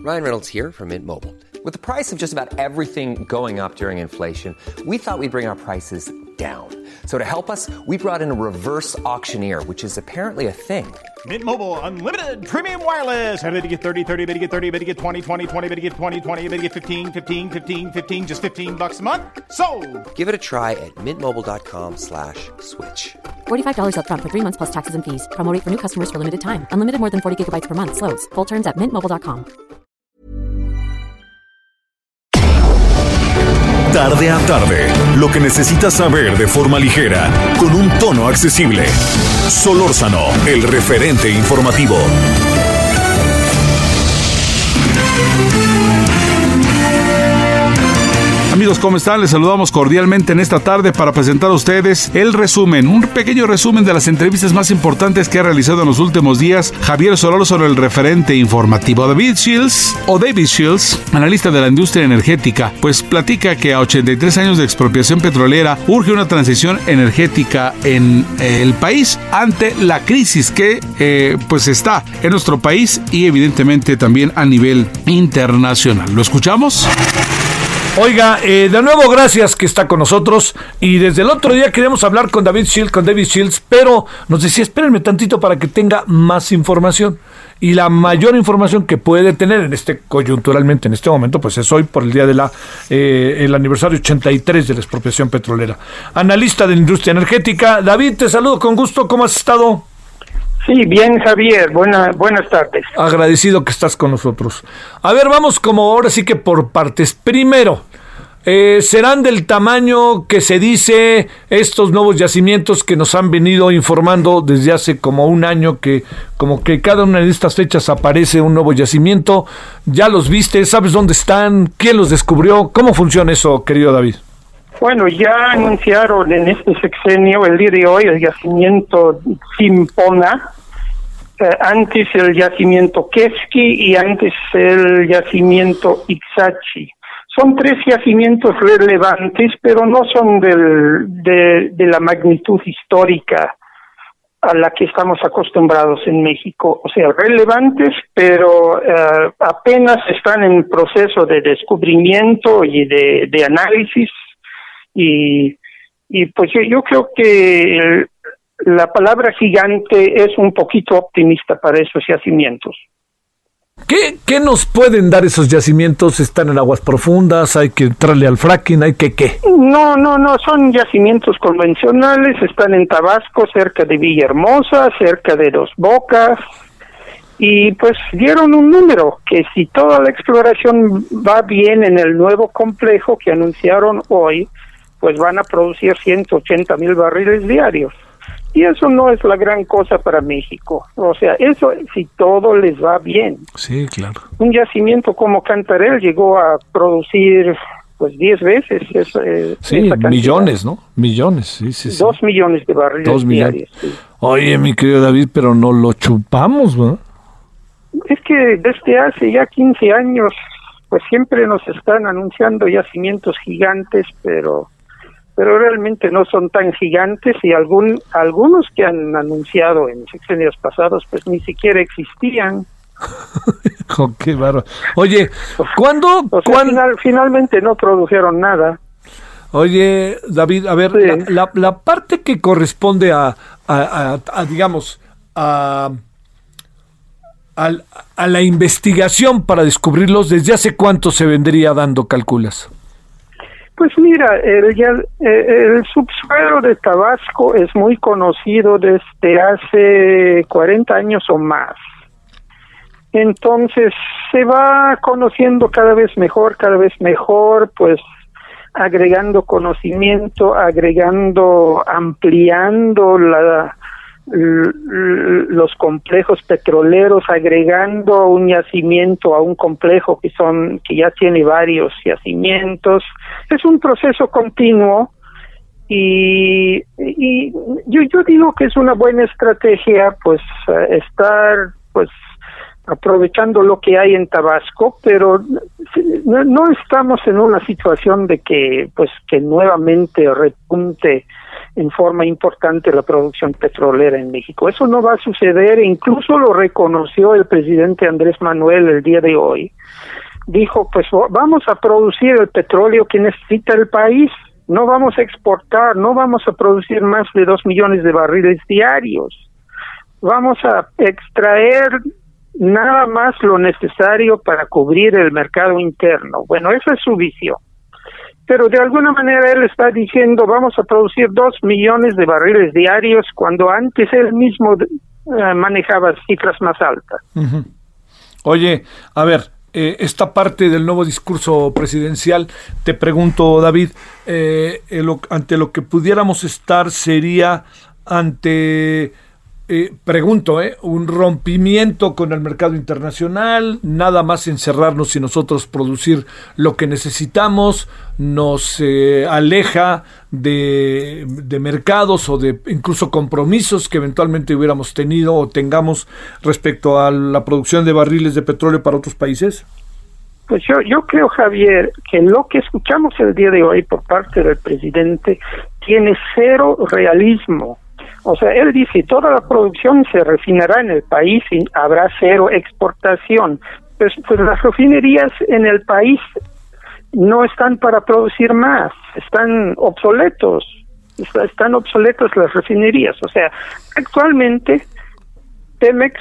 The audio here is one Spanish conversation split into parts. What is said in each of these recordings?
Ryan Reynolds here from Mint Mobile. With the price of just about everything going up during inflation, we thought we'd bring our prices down. So to help us, we brought in a reverse auctioneer, which is apparently a thing. Mint Mobile Unlimited Premium Wireless. How to get 30, 30, how to get 30, how to get 20, 20, 20, how to get 20, 20, how to get 15, 15, 15, 15, just $15 a month? Sold! Give it a try at mintmobile.com/switch. $45 up front for 3 months plus taxes and fees. Promo rate for new customers for limited time. Unlimited more than 40 gigabytes per month. Slows full terms at mintmobile.com. Tarde a tarde, lo que necesitas saber de forma ligera, con un tono accesible. Solórzano, el referente informativo. Amigos, ¿cómo están? Les saludamos cordialmente en esta tarde para presentar a ustedes el resumen, un pequeño resumen de las entrevistas más importantes que ha realizado en los últimos días Javier Solórzano, el referente informativo. David Shields, analista de la industria energética, pues platica que a 83 años de expropiación petrolera urge una transición energética en el país ante la crisis que pues está en nuestro país y evidentemente también a nivel internacional. ¿Lo escuchamos? Oiga, de nuevo gracias que está con nosotros, y desde el otro día queríamos hablar con David Shields, pero nos decía espérenme tantito para que tenga más información, y la mayor información que puede tener coyunturalmente en este momento pues es hoy por el día de el aniversario 83 de la expropiación petrolera. Analista de la industria energética, David, te saludo con gusto, ¿cómo has estado? Sí, bien, Javier. Buenas tardes. Agradecido que estás con nosotros. A ver, vamos como ahora sí que por partes. Primero, ¿serán del tamaño que se dice estos nuevos yacimientos que nos han venido informando desde hace como un año, que como que cada una de estas fechas aparece un nuevo yacimiento? ¿Ya los viste? ¿Sabes dónde están? ¿Quién los descubrió? ¿Cómo funciona eso, querido David? Bueno, ya anunciaron en este sexenio, el día de hoy, el yacimiento Simpona, antes el yacimiento Quesqui y antes el yacimiento Ixachi. Son 3 yacimientos relevantes, pero no son de la magnitud histórica a la que estamos acostumbrados en México. O sea, relevantes, pero apenas están en proceso de descubrimiento y de análisis. Y pues yo creo que la palabra gigante es un poquito optimista para esos yacimientos. ¿Qué nos pueden dar esos yacimientos? ¿Están en aguas profundas? ¿Hay que entrarle al fracking? ¿Hay que qué? No, son yacimientos convencionales, están en Tabasco, cerca de Villahermosa, cerca de Dos Bocas, y pues dieron un número, que si toda la exploración va bien en el nuevo complejo que anunciaron hoy, pues van a producir 180,000 barriles diarios. Y eso no es la gran cosa para México. O sea, eso si todo les va bien. Sí, claro. Un yacimiento como Cantarell llegó a producir pues 10 veces sí, millones, ¿no? Millones, sí. 2 millones de barriles diarios. Sí. Oye, mi querido David, pero no lo chupamos, ¿no? Es que desde hace ya 15 años, pues siempre nos están anunciando yacimientos gigantes, pero realmente no son tan gigantes, y algunos que han anunciado en sexenios pasados pues ni siquiera existían. Oh, qué bárbaro. Oye, finalmente no produjeron nada. Oye, David, a ver, sí. la parte que corresponde a digamos a la investigación para descubrirlos, ¿desde hace cuánto se vendría dando, calculas? Pues mira, el subsuelo de Tabasco es muy conocido desde hace 40 años o más. Entonces se va conociendo cada vez mejor, pues agregando conocimiento, ampliando los complejos petroleros, agregando un yacimiento a un complejo que ya tiene varios yacimientos. Es un proceso continuo, y yo digo que es una buena estrategia pues estar pues aprovechando lo que hay en Tabasco, pero no estamos en una situación de que nuevamente repunte en forma importante la producción petrolera en México. Eso no va a suceder, incluso lo reconoció el presidente Andrés Manuel el día de hoy. Dijo, pues vamos a producir el petróleo que necesita el país, no vamos a exportar, no vamos a producir más de 2 millones de barriles diarios. Vamos a extraer nada más lo necesario para cubrir el mercado interno. Bueno, esa es su visión. Pero de alguna manera él está diciendo, vamos a producir 2 millones de barriles diarios, cuando antes él mismo manejaba cifras más altas. Uh-huh. Oye, a ver, esta parte del nuevo discurso presidencial, te pregunto, David, ante lo que pudiéramos estar sería ante... un rompimiento con el mercado internacional, nada más encerrarnos y nosotros producir lo que necesitamos, nos aleja de mercados o de incluso compromisos que eventualmente hubiéramos tenido o tengamos respecto a la producción de barriles de petróleo para otros países? Pues yo creo, Javier, que lo que escuchamos el día de hoy por parte del presidente tiene cero realismo. O sea, él dice, toda la producción se refinará en el país y habrá cero exportación. Pues las refinerías en el país no están para producir más, están obsoletos, están obsoletas las refinerías. O sea, actualmente Pemex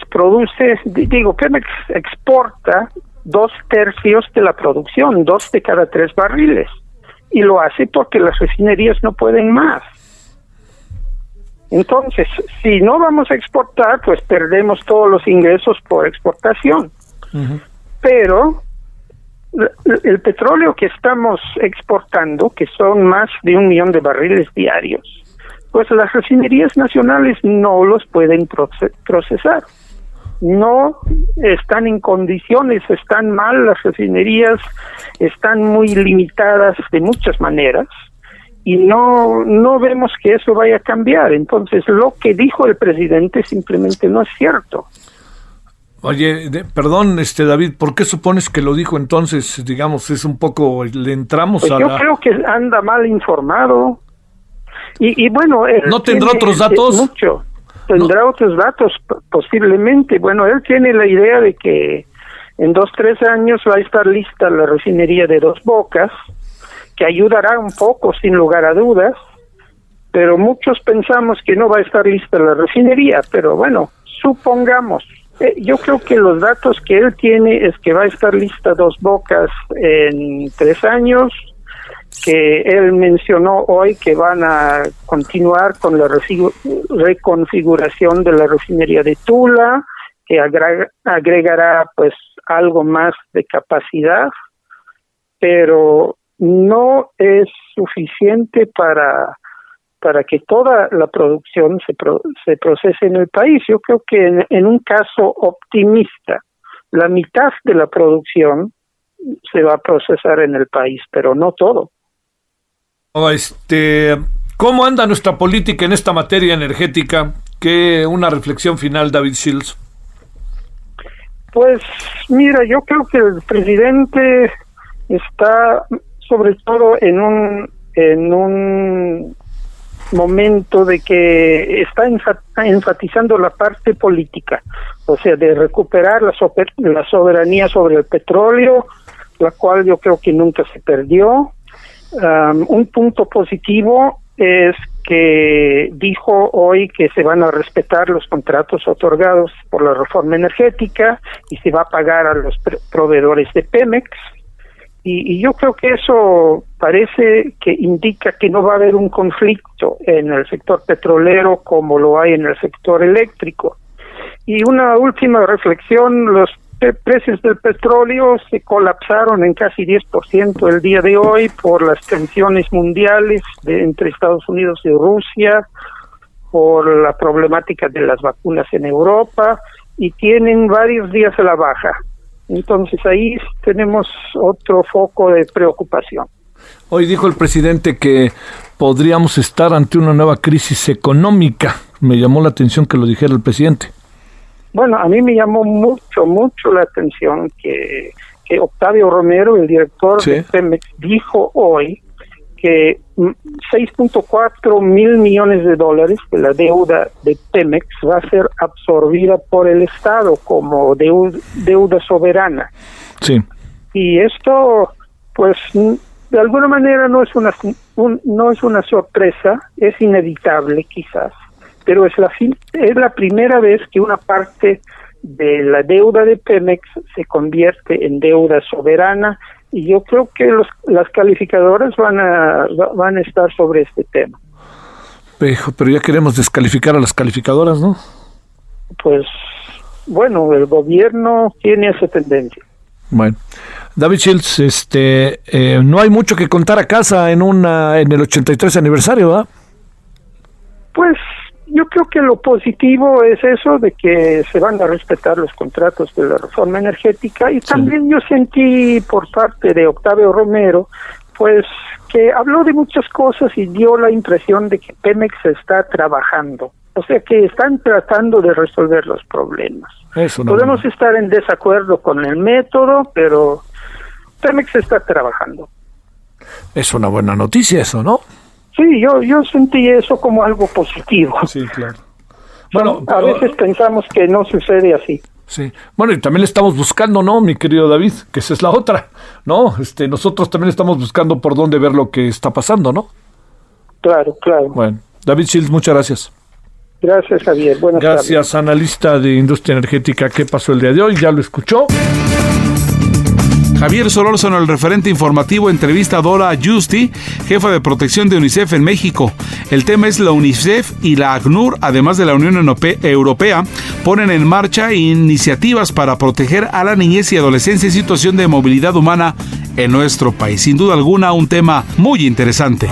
exporta 2/3 de la producción, 2 de cada 3 barriles. Y lo hace porque las refinerías no pueden más. Entonces, si no vamos a exportar, pues perdemos todos los ingresos por exportación. Uh-huh. Pero el petróleo que estamos exportando, que son más de 1 millón de barriles diarios, pues las refinerías nacionales no los pueden procesar. No están en condiciones, están mal las refinerías, están muy limitadas de muchas maneras. Y no vemos que eso vaya a cambiar. Entonces, lo que dijo el presidente simplemente no es cierto. Oye, perdón, David, ¿por qué supones que lo dijo entonces? Digamos, es un poco, le entramos pues yo creo que anda mal informado. Y bueno... ¿No tendrá otros datos? Tendrá otros datos, posiblemente. Bueno, él tiene la idea de que en 2-3 años va a estar lista la refinería de Dos Bocas, que ayudará un poco, sin lugar a dudas, pero muchos pensamos que no va a estar lista la refinería, pero bueno, supongamos. Yo creo que los datos que él tiene es que va a estar lista Dos Bocas en 3 años, que él mencionó hoy que van a continuar con la reconfiguración de la refinería de Tula, que agregará pues algo más de capacidad, pero no es suficiente para que toda la producción se procese en el país. Yo creo que en un caso optimista, la mitad de la producción se va a procesar en el país, pero no todo. ¿Cómo anda nuestra política en esta materia energética? Una reflexión final, David Shields. Pues mira, yo creo que el presidente está sobre todo en un momento de que está enfatizando la parte política, o sea, de recuperar la soberanía sobre el petróleo, la cual yo creo que nunca se perdió. Un punto positivo es que dijo hoy que se van a respetar los contratos otorgados por la reforma energética y se va a pagar a los proveedores de Pemex. Y yo creo que eso parece que indica que no va a haber un conflicto en el sector petrolero como lo hay en el sector eléctrico. Y una última reflexión, los precios del petróleo se colapsaron en casi 10% el día de hoy por las tensiones mundiales entre Estados Unidos y Rusia, por la problemática de las vacunas en Europa, y tienen varios días a la baja. Entonces ahí tenemos otro foco de preocupación. Hoy dijo el presidente que podríamos estar ante una nueva crisis económica. Me llamó la atención que lo dijera el presidente. Bueno, a mí me llamó mucho la atención que Octavio Romero, el director de Pemex, dijo hoy que 6.4 mil millones de dólares de la deuda de Pemex va a ser absorbida por el Estado como deuda soberana. Sí. Y esto, pues, de alguna manera no es una sorpresa, es inevitable quizás, pero es la primera vez que una parte de la deuda de Pemex se convierte en deuda soberana, y yo creo que las calificadoras van a estar sobre este tema. Pero ya queremos descalificar a las calificadoras, ¿no? Pues, bueno, el gobierno tiene esa tendencia. Bueno, David Shields, no hay mucho que contar a casa en el 83 aniversario, ¿verdad? Pues yo creo que lo positivo es eso de que se van a respetar los contratos de la reforma energética, y también yo sentí por parte de Octavio Romero, pues, que habló de muchas cosas y dio la impresión de que Pemex está trabajando. O sea, que están tratando de resolver los problemas. Podemos estar en desacuerdo con el método, pero Pemex está trabajando. Es una buena noticia eso, ¿no? Sí, yo sentí eso como algo positivo. Sí, claro. Bueno, a veces pensamos que no sucede así. Sí. Bueno, y también le estamos buscando, ¿no, mi querido David? Que esa es la otra, ¿no? Nosotros también estamos buscando por dónde ver lo que está pasando, ¿no? Claro. Bueno, David Shields, muchas gracias. Gracias, Javier. Buenas tardes. Gracias, analista de industria energética. ¿Qué pasó el día de hoy? ¿Ya lo escuchó? Javier Solórzano, el referente informativo, entrevista a Dora Giusti, jefa de protección de UNICEF en México. El tema es la UNICEF y la ACNUR, además de la Unión Europea, ponen en marcha iniciativas para proteger a la niñez y adolescencia en situación de movilidad humana en nuestro país. Sin duda alguna, un tema muy interesante.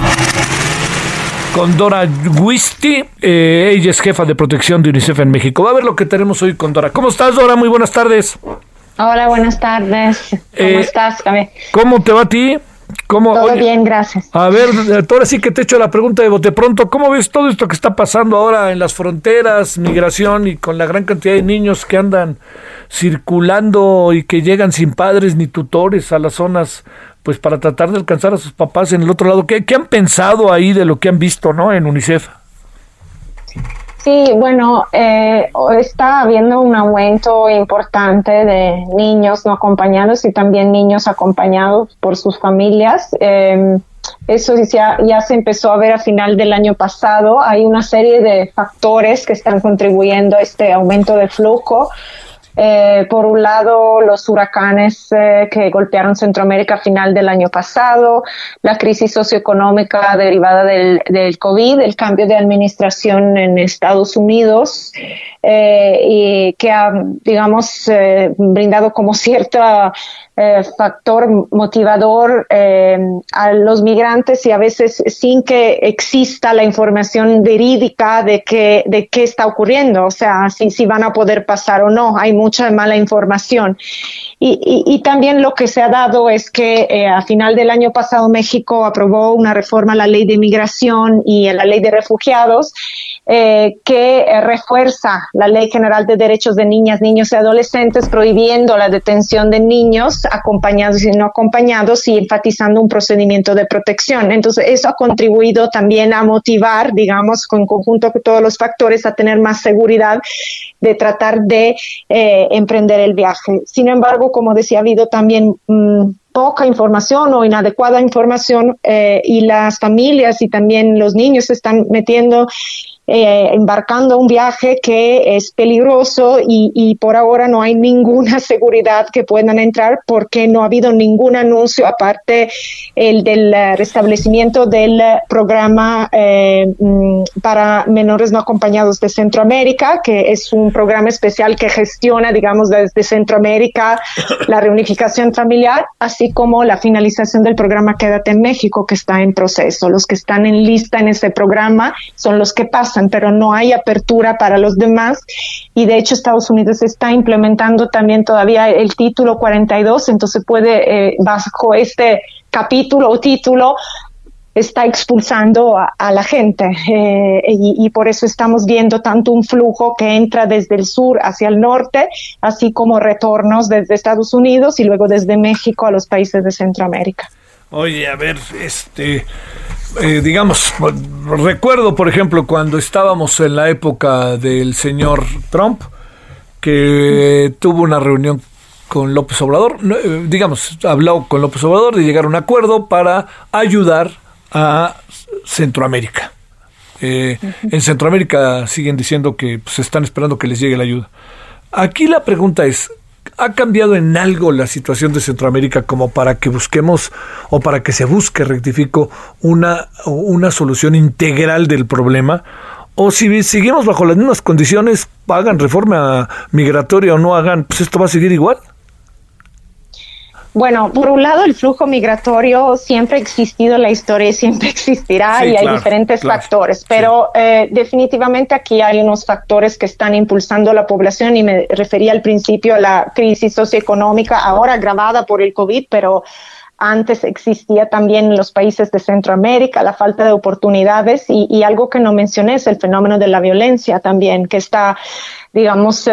Con Dora Giusti, ella es jefa de protección de UNICEF en México. Va a ver lo que tenemos hoy con Dora. ¿Cómo estás, Dora? Muy buenas tardes. Hola, buenas tardes. ¿Cómo estás, Javier? ¿Cómo te va a ti? Todo bien, gracias. A ver, ahora sí que te echo la pregunta de bote pronto. ¿Cómo ves todo esto que está pasando ahora en las fronteras, migración, y con la gran cantidad de niños que andan circulando y que llegan sin padres ni tutores a las zonas, pues para tratar de alcanzar a sus papás en el otro lado? ¿Qué han pensado ahí de lo que han visto, ¿no, en UNICEF? Sí, bueno, está habiendo un aumento importante de niños no acompañados y también niños acompañados por sus familias. Eso ya se empezó a ver a final del año pasado. Hay una serie de factores que están contribuyendo a este aumento de flujo. Por un lado, los huracanes que golpearon Centroamérica a final del año pasado, la crisis socioeconómica derivada del COVID, el cambio de administración en Estados Unidos, y que ha, digamos, brindado como cierto factor motivador a los migrantes, y a veces sin que exista la información verídica de qué está ocurriendo, o sea, si van a poder pasar o no. Hay mucha mala información. Y también lo que se ha dado es que a final del año pasado México aprobó una reforma a la ley de migración y a la ley de refugiados, que refuerza la Ley General de Derechos de Niñas, Niños y Adolescentes, prohibiendo la detención de niños acompañados y no acompañados, y enfatizando un procedimiento de protección. Entonces, eso ha contribuido también a motivar, digamos, en conjunto con todos los factores, a tener más seguridad de tratar de emprender el viaje. Sin embargo, como decía, ha habido también poca información o inadecuada información, y las familias y también los niños se están metiendo, embarcando un viaje que es peligroso, y por ahora no hay ninguna seguridad que puedan entrar, porque no ha habido ningún anuncio aparte el del restablecimiento del programa para menores no acompañados de Centroamérica, que es un programa especial que gestiona, digamos, desde Centroamérica la reunificación familiar, así como la finalización del programa Quédate en México, que está en proceso. Los que están en lista en ese programa son los que pasan, pero no hay apertura para los demás, y de hecho Estados Unidos está implementando también todavía el título 42, entonces puede, bajo este capítulo o título, está expulsando a la gente, y por eso estamos viendo tanto un flujo que entra desde el sur hacia el norte, así como retornos desde Estados Unidos y luego desde México a los países de Centroamérica. Oye, a ver, digamos, recuerdo, por ejemplo, cuando estábamos en la época del señor Trump, que tuvo una reunión con López Obrador, digamos, habló con López Obrador de llegar a un acuerdo para ayudar a Centroamérica. En Centroamérica siguen diciendo que pues, están esperando que les llegue la ayuda. Aquí la pregunta es, ¿ha cambiado en algo la situación de Centroamérica como para que busquemos o para que se busque, rectifico, una solución integral del problema? O si seguimos bajo las mismas condiciones, hagan reforma migratoria o no hagan, pues esto va a seguir igual. Bueno, por un lado, el flujo migratorio siempre ha existido en la historia y siempre existirá, sí, y hay diferentes factores, pero definitivamente aquí hay unos factores que están impulsando la población, y me refería al principio a la crisis socioeconómica, ahora agravada por el COVID, pero antes existía también en los países de Centroamérica la falta de oportunidades, y algo que no mencioné es el fenómeno de la violencia también, que está, digamos,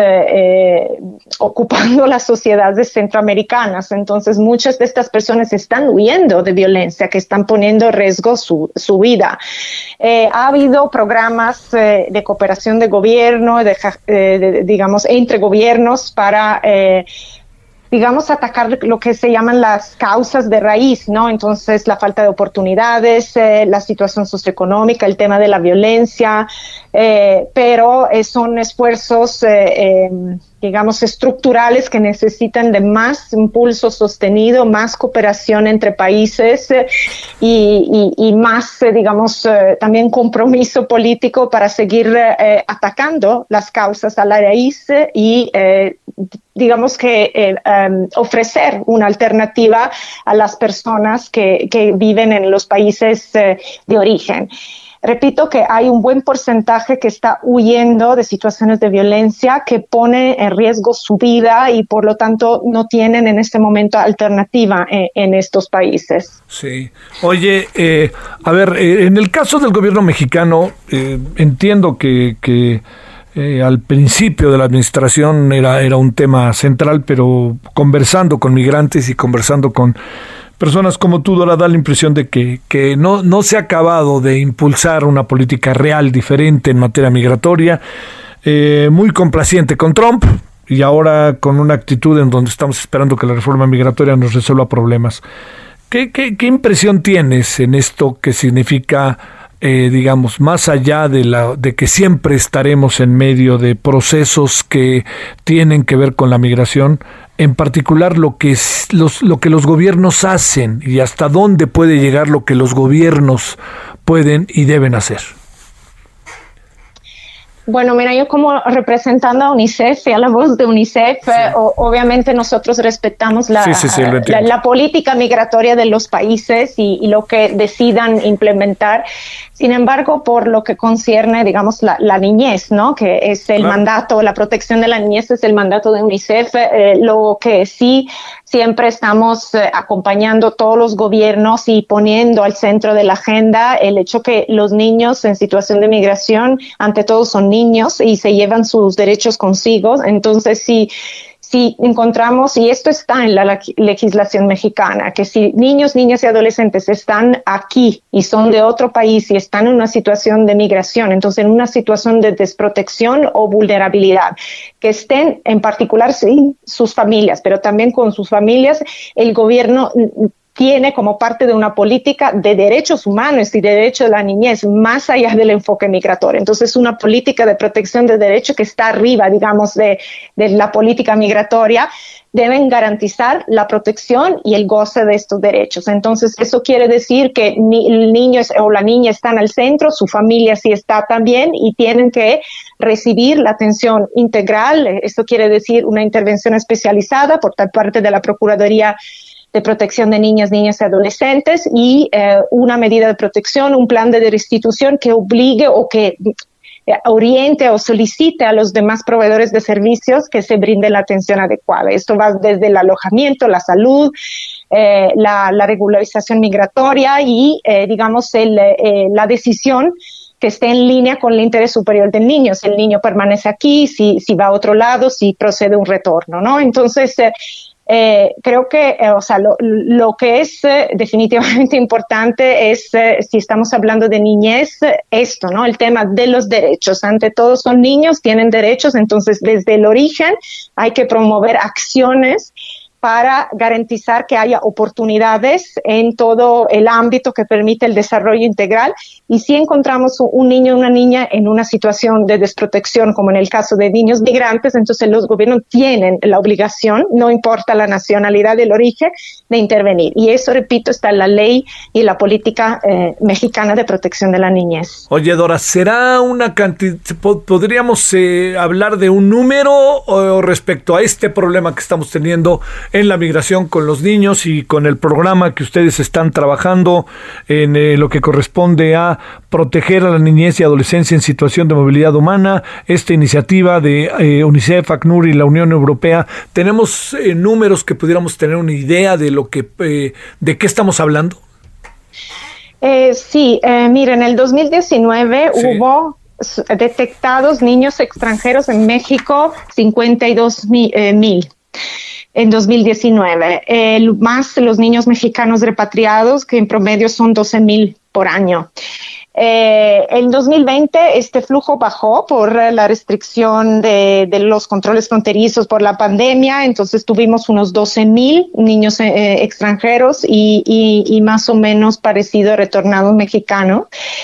ocupando las sociedades centroamericanas. Entonces, muchas de estas personas están huyendo de violencia, que están poniendo en riesgo su vida. Ha habido programas de cooperación de gobierno, digamos, entre gobiernos para digamos, atacar lo que se llaman las causas de raíz, ¿no? Entonces, la falta de oportunidades, la situación socioeconómica, el tema de la violencia, pero son esfuerzos, digamos, estructurales que necesitan de más impulso sostenido, más cooperación entre países y más, digamos, también compromiso político para seguir atacando las causas a la raíz y digamos que ofrecer una alternativa a las personas que viven en los países de origen. Repito que hay un buen porcentaje que está huyendo de situaciones de violencia que pone en riesgo su vida y por lo tanto no tienen en este momento alternativa en estos países. Sí. Oye, a ver, en el caso del gobierno mexicano, entiendo que al principio de la administración era un tema central, pero conversando con migrantes y conversando con personas como tú, Dora, da la impresión de que no se ha acabado de impulsar una política real diferente en materia migratoria, muy complaciente con Trump y ahora con una actitud en donde estamos esperando que la reforma migratoria nos resuelva problemas. ¿Qué impresión tienes en esto que significa, digamos, más allá de que siempre estaremos en medio de procesos que tienen que ver con la migración, en particular lo que los gobiernos hacen y hasta dónde puede llegar lo que los gobiernos pueden y deben hacer? Bueno, mira, yo como representando a UNICEF y a la voz de UNICEF, sí. Obviamente nosotros respetamos la política migratoria de los países y lo que decidan implementar. Sin embargo, por lo que concierne, digamos, la niñez, ¿no? Que es el mandato, la protección de la niñez es el mandato de UNICEF. Lo que sí siempre estamos acompañando todos los gobiernos y poniendo al centro de la agenda el hecho que los niños en situación de migración, ante todo, son niños y se llevan sus derechos consigo. Entonces, si encontramos, y esto está en la legislación mexicana, que si niños, niñas y adolescentes están aquí y son de otro país y están en una situación de migración, entonces en una situación de desprotección o vulnerabilidad, que estén en particular sin sus familias, pero también con sus familias, el gobierno tiene como parte de una política de derechos humanos y de derechos de la niñez, más allá del enfoque migratorio. Entonces, una política de protección de derechos que está arriba, digamos, de la política migratoria, deben garantizar la protección y el goce de estos derechos. Entonces, eso quiere decir que el niño o la niña están al centro, su familia sí está también y tienen que recibir la atención integral. Esto quiere decir una intervención especializada por parte de la Procuraduría de Protección de Niñas, Niñas y Adolescentes y una medida de protección, un plan de restitución que obligue o que oriente o solicite a los demás proveedores de servicios que se brinde la atención adecuada. Esto va desde el alojamiento, la salud, la regularización migratoria y, digamos, la decisión que esté en línea con el interés superior del niño. Si el niño permanece aquí, si va a otro lado, si procede un retorno, ¿no? Entonces, creo que, lo que es definitivamente importante es, si estamos hablando de niñez, esto, ¿no? El tema de los derechos. Ante todo, son niños, tienen derechos, entonces desde el origen hay que promover acciones para garantizar que haya oportunidades en todo el ámbito que permite el desarrollo integral. Y si encontramos un niño o una niña en una situación de desprotección, como en el caso de niños migrantes, entonces los gobiernos tienen la obligación, no importa la nacionalidad del origen, de intervenir. Y eso, repito, está en la ley y la política mexicana de protección de la niñez. Oye, Dora, ¿será una cantidad, podríamos hablar de un número respecto a este problema que estamos teniendo en la migración con los niños y con el programa que ustedes están trabajando en lo que corresponde a proteger a la niñez y adolescencia en situación de movilidad humana, esta iniciativa de UNICEF, ACNUR y la Unión Europea? ¿Tenemos números que pudiéramos tener una idea de lo que de qué estamos hablando? Sí, mira, en el 2019 hubo detectados niños extranjeros en México 52,000. En 2019, más los niños mexicanos repatriados, que en promedio son 12,000 por año. En 2020 este flujo bajó por la restricción de los controles fronterizos por la pandemia, entonces tuvimos unos 12,000 niños extranjeros y más o menos parecido a retornados mexicanos.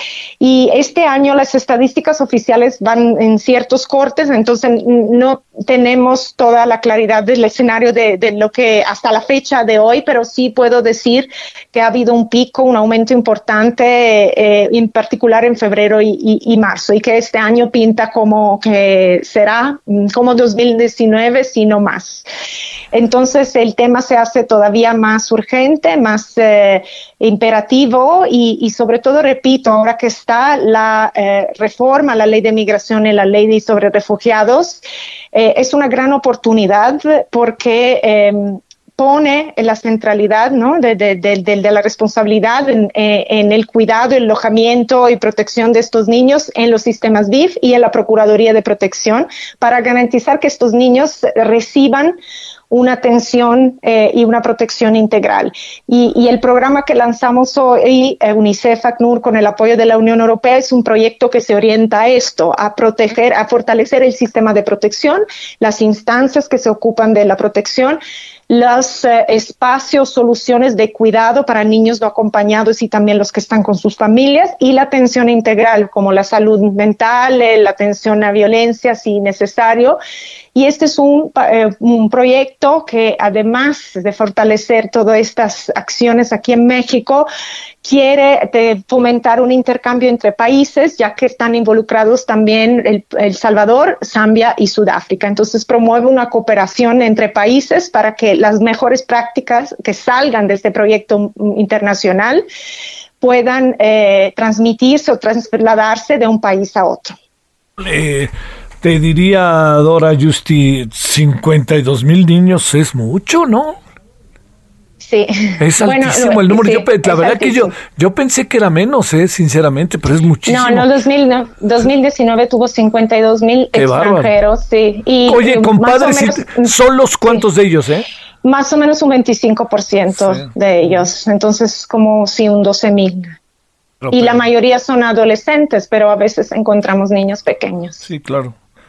Y este año las estadísticas oficiales van en ciertos cortes, entonces no tenemos toda la claridad del escenario de lo que hasta la fecha de hoy, pero sí puedo decir que ha habido un pico, un aumento importante, en particular en febrero y marzo, y que este año pinta como que será como 2019, si no más. Entonces el tema se hace todavía más urgente, más imperativo y sobre todo, repito, ahora que está la reforma, la ley de migración y la ley sobre refugiados, es una gran oportunidad porque pone la centralidad, ¿no?, de la responsabilidad en el cuidado, el alojamiento y protección de estos niños en los sistemas DIF y en la Procuraduría de Protección para garantizar que estos niños reciban una atención y una protección integral. Y el programa que lanzamos hoy, UNICEF, ACNUR, con el apoyo de la Unión Europea, es un proyecto que se orienta a esto, a proteger, a fortalecer el sistema de protección, las instancias que se ocupan de la protección, los espacios, soluciones de cuidado para niños no acompañados y también los que están con sus familias, y la atención integral, como la salud mental, la atención a violencia si necesario. Y este es un proyecto que, además de fortalecer todas estas acciones aquí en México, quiere fomentar un intercambio entre países, ya que están involucrados también El Salvador, Zambia y Sudáfrica. Entonces promueve una cooperación entre países para que las mejores prácticas que salgan de este proyecto internacional puedan transmitirse o trasladarse de un país a otro. Te diría, Dora Yusti, 52,000 niños es mucho, ¿no? Sí. Es altísimo el número. Sí, la verdad altísimo. Que yo pensé que era menos, sinceramente, pero es muchísimo. No, 2019 tuvo 52,000 extranjeros, sí. Y, oye, compadre, ¿son los cuántos de ellos, Más o menos un 25% de ellos. Entonces, como si un 12,000. Y la mayoría son adolescentes, pero a veces encontramos niños pequeños. Sí, claro.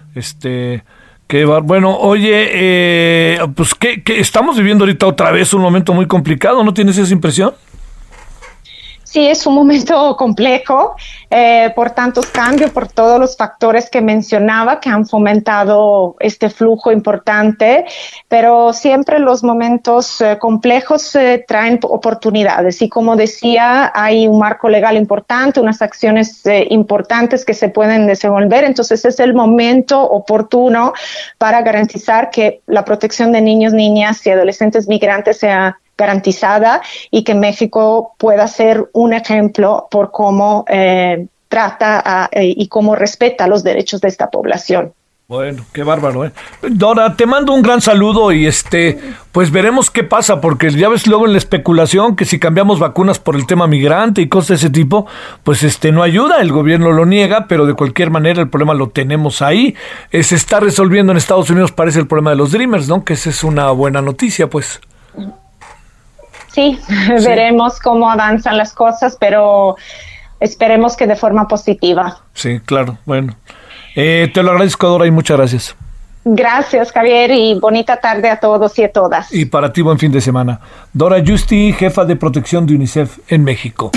Bueno, oye, pues que estamos viviendo ahorita otra vez un momento muy complicado, ¿no tienes esa impresión? Sí, es un momento complejo por tantos cambios, por todos los factores que mencionaba que han fomentado este flujo importante, pero siempre los momentos complejos traen oportunidades y, como decía, hay un marco legal importante, unas acciones importantes que se pueden desenvolver, entonces es el momento oportuno para garantizar que la protección de niños, niñas y adolescentes migrantes sea garantizada y que México pueda ser un ejemplo por cómo trata y cómo respeta los derechos de esta población. Bueno, qué bárbaro, ¿eh? Dora, te mando un gran saludo y pues veremos qué pasa, porque ya ves luego en la especulación que si cambiamos vacunas por el tema migrante y cosas de ese tipo, pues no ayuda, el gobierno lo niega, pero de cualquier manera el problema lo tenemos ahí. Se está resolviendo en Estados Unidos, parece, el problema de los Dreamers, ¿no? Que esa es una buena noticia, pues. Sí, veremos cómo avanzan las cosas, pero esperemos que de forma positiva. Sí, claro, bueno. Te lo agradezco, Dora, y muchas gracias. Gracias, Javier, y bonita tarde a todos y a todas. Y para ti, buen fin de semana. Dora Yusti, jefa de protección de UNICEF en México.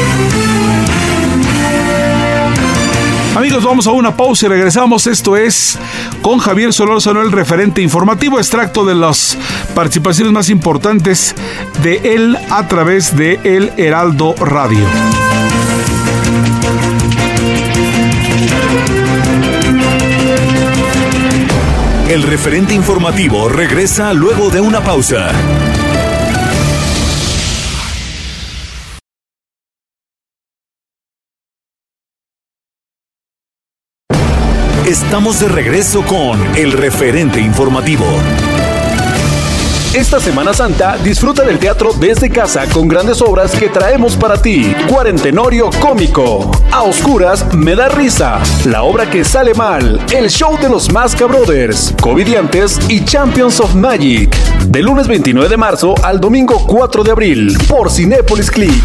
Amigos, vamos a una pausa y regresamos. Esto es con Javier Solórzano, el referente informativo, extracto de las participaciones más importantes de él a través de El Heraldo Radio. El referente informativo regresa luego de una pausa. Estamos de regreso con el referente informativo. Esta Semana Santa disfruta del teatro desde casa con grandes obras que traemos para ti. Cuarentenorio cómico, A Oscuras me da risa, La obra que sale mal, El show de los Masca Brothers, Covidiantes y Champions of Magic. Del lunes 29 de marzo al domingo 4 de abril por Cinépolis Click.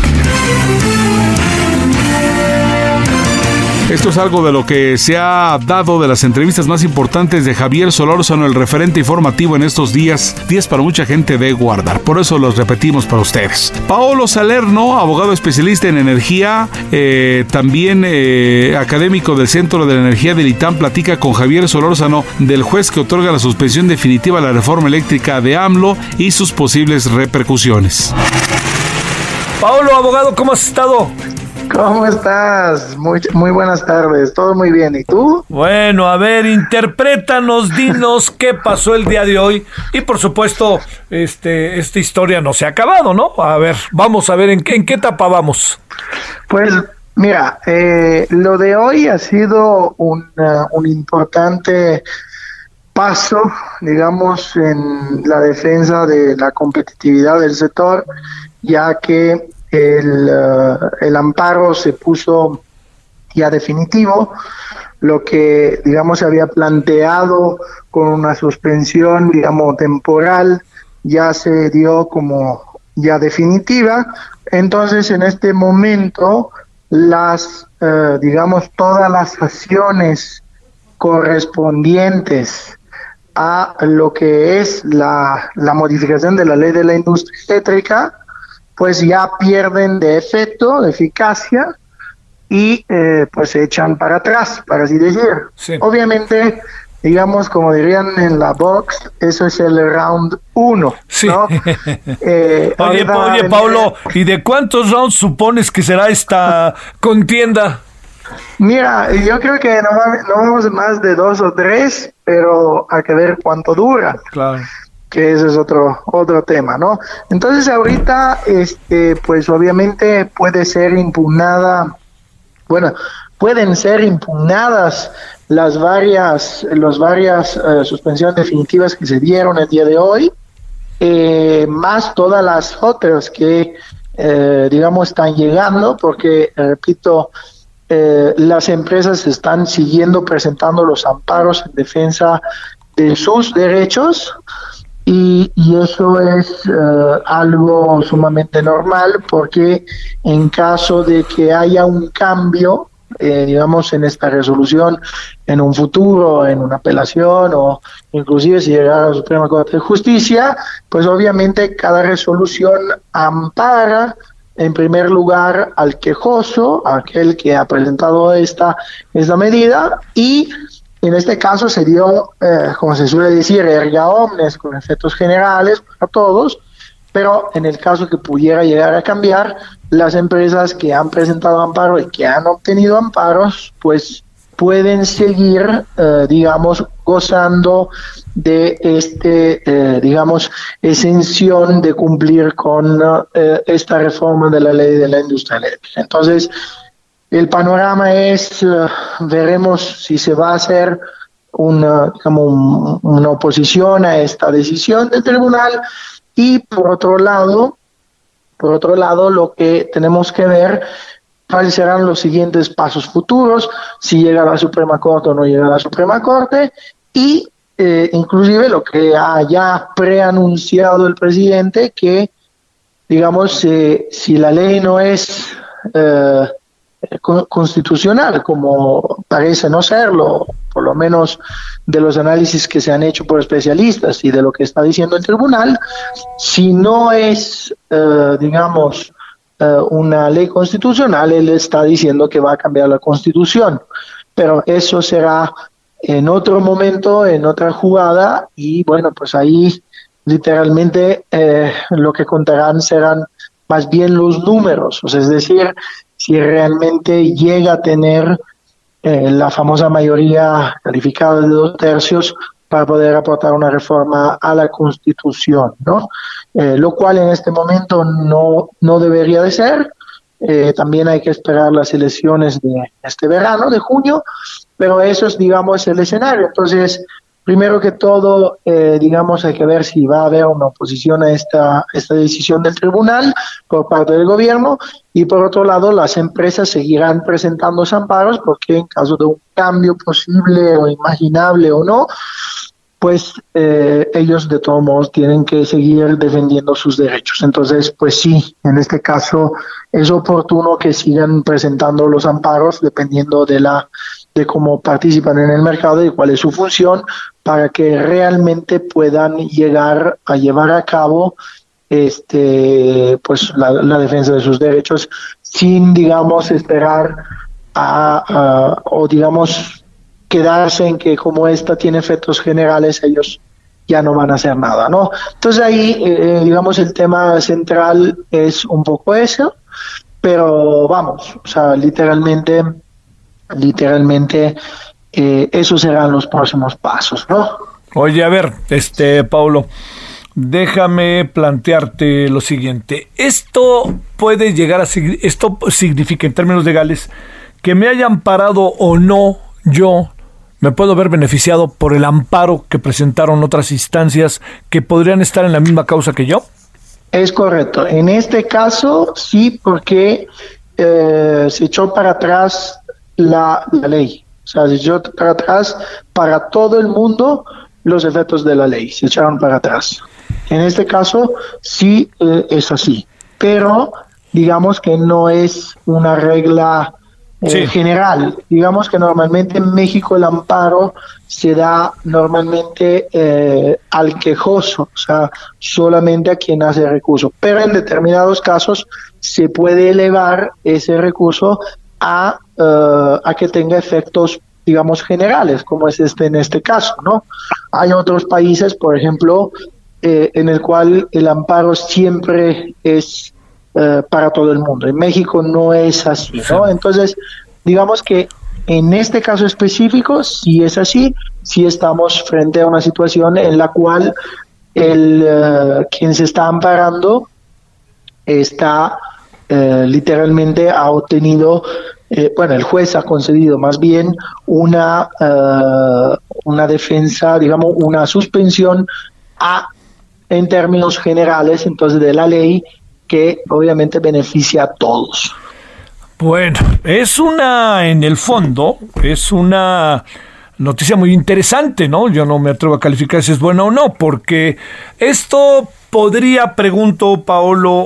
Esto es algo de lo que se ha dado de las entrevistas más importantes de Javier Solórzano, el referente informativo en estos días para mucha gente de guardar. Por eso los repetimos para ustedes. Paolo Salerno, abogado especialista en energía, también académico del Centro de la Energía del ITAM, platica con Javier Solórzano del juez que otorga la suspensión definitiva a la reforma eléctrica de AMLO y sus posibles repercusiones. Paolo, abogado, ¿cómo has estado? ¿Cómo estás? Muy buenas tardes, todo muy bien, ¿y tú? Bueno, a ver, interprétanos, dinos qué pasó el día de hoy y por supuesto, esta historia no se ha acabado, ¿no? A ver, vamos a ver en qué etapa vamos. Pues mira, lo de hoy ha sido un importante paso, digamos, en la defensa de la competitividad del sector, ya que el amparo se puso ya definitivo. Lo que, digamos, se había planteado con una suspensión, digamos, temporal, ya se dio como ya definitiva. Entonces, en este momento, digamos, todas las acciones correspondientes a lo que es la modificación de la ley de la industria eléctrica, pues ya pierden de efecto, de eficacia, y pues se echan para atrás, para así decir. Sí. Obviamente, digamos, como dirían en la box, eso es el round 1, sí. ¿No? Oye, Paulo, ¿y de cuántos rounds supones que será esta contienda? Mira, yo creo que no vamos más de 2 o 3, pero hay que ver cuánto dura. Claro. Que ese es otro tema, ¿no? Entonces ahorita, pues obviamente pueden ser impugnadas las varias suspensiones definitivas que se dieron el día de hoy, más todas las otras que, digamos, están llegando, porque, repito, las empresas están siguiendo presentando los amparos en defensa de sus derechos. Y eso es algo sumamente normal, porque en caso de que haya un cambio, digamos, en esta resolución, en un futuro, en una apelación o inclusive si llegara a la Suprema Corte de Justicia, pues obviamente cada resolución ampara en primer lugar al quejoso, aquel que ha presentado esta medida, y en este caso se dio, como se suele decir, erga omnes, con efectos generales para todos, pero en el caso que pudiera llegar a cambiar, las empresas que han presentado amparo y que han obtenido amparos, pues pueden seguir, digamos, gozando de digamos, exención de cumplir con esta reforma de la ley de la industria eléctrica. Entonces, el panorama es, veremos si se va a hacer una oposición a esta decisión del tribunal, y por otro lado, lo que tenemos que ver cuáles serán los siguientes pasos futuros, si llega a la Suprema Corte o no llega a la Suprema Corte, y inclusive lo que ha ya preanunciado el presidente, que digamos, si la ley no es constitucional, como parece no serlo, por lo menos de los análisis que se han hecho por especialistas y de lo que está diciendo el tribunal, si no es, una ley constitucional, él está diciendo que va a cambiar la Constitución, pero eso será en otro momento, en otra jugada, y bueno, pues ahí literalmente lo que contarán serán más bien los números, o sea, es decir, si realmente llega a tener la famosa mayoría calificada de 2/3 para poder aportar una reforma a la Constitución, ¿no? Lo cual en este momento no debería de ser. También hay que esperar las elecciones de este verano, de junio, pero eso es, digamos, el escenario. Entonces, primero que todo, hay que ver si va a haber una oposición a esta decisión del tribunal por parte del gobierno, y por otro lado, las empresas seguirán presentando amparos, porque en caso de un cambio posible o imaginable o no, pues ellos de todos modos tienen que seguir defendiendo sus derechos. Entonces, pues sí, en este caso es oportuno que sigan presentando los amparos dependiendo de cómo participan en el mercado y cuál es su función, para que realmente puedan llegar a llevar a cabo pues la defensa de sus derechos sin, esperar o quedarse en que como esta tiene efectos generales, ellos ya no van a hacer nada, ¿no? Entonces ahí, el tema central es un poco eso, pero vamos, o sea, literalmente esos serán los próximos pasos, ¿no? Oye, a ver, Paulo, déjame plantearte lo siguiente. Esto significa en términos legales que me hayan parado o no, yo me puedo ver beneficiado por el amparo que presentaron otras instancias que podrían estar en la misma causa que yo. Es correcto. En este caso, sí, porque se echó para atrás la ley. O sea, se echó para atrás para todo el mundo los efectos de la ley. Se echaron para atrás. En este caso, sí es así. Pero, digamos que no es una regla general. Digamos que normalmente en México el amparo se da normalmente al quejoso, o sea, solamente a quien hace recurso. Pero en determinados casos se puede elevar ese recurso a que tenga efectos, generales, como es en este caso, ¿no? Hay otros países, por ejemplo, en el cual el amparo siempre es para todo el mundo. En México no es así, ¿no? Entonces, digamos que en este caso específico, si es así, sí estamos frente a una situación en la cual quien se está amparando está literalmente ha obtenido, el juez ha concedido más bien una defensa, una suspensión en términos generales, entonces, de la ley, que obviamente beneficia a todos. Bueno, en el fondo, es una noticia muy interesante, ¿no? Yo no me atrevo a calificar si es buena o no, porque esto podría, pregunto, Paolo,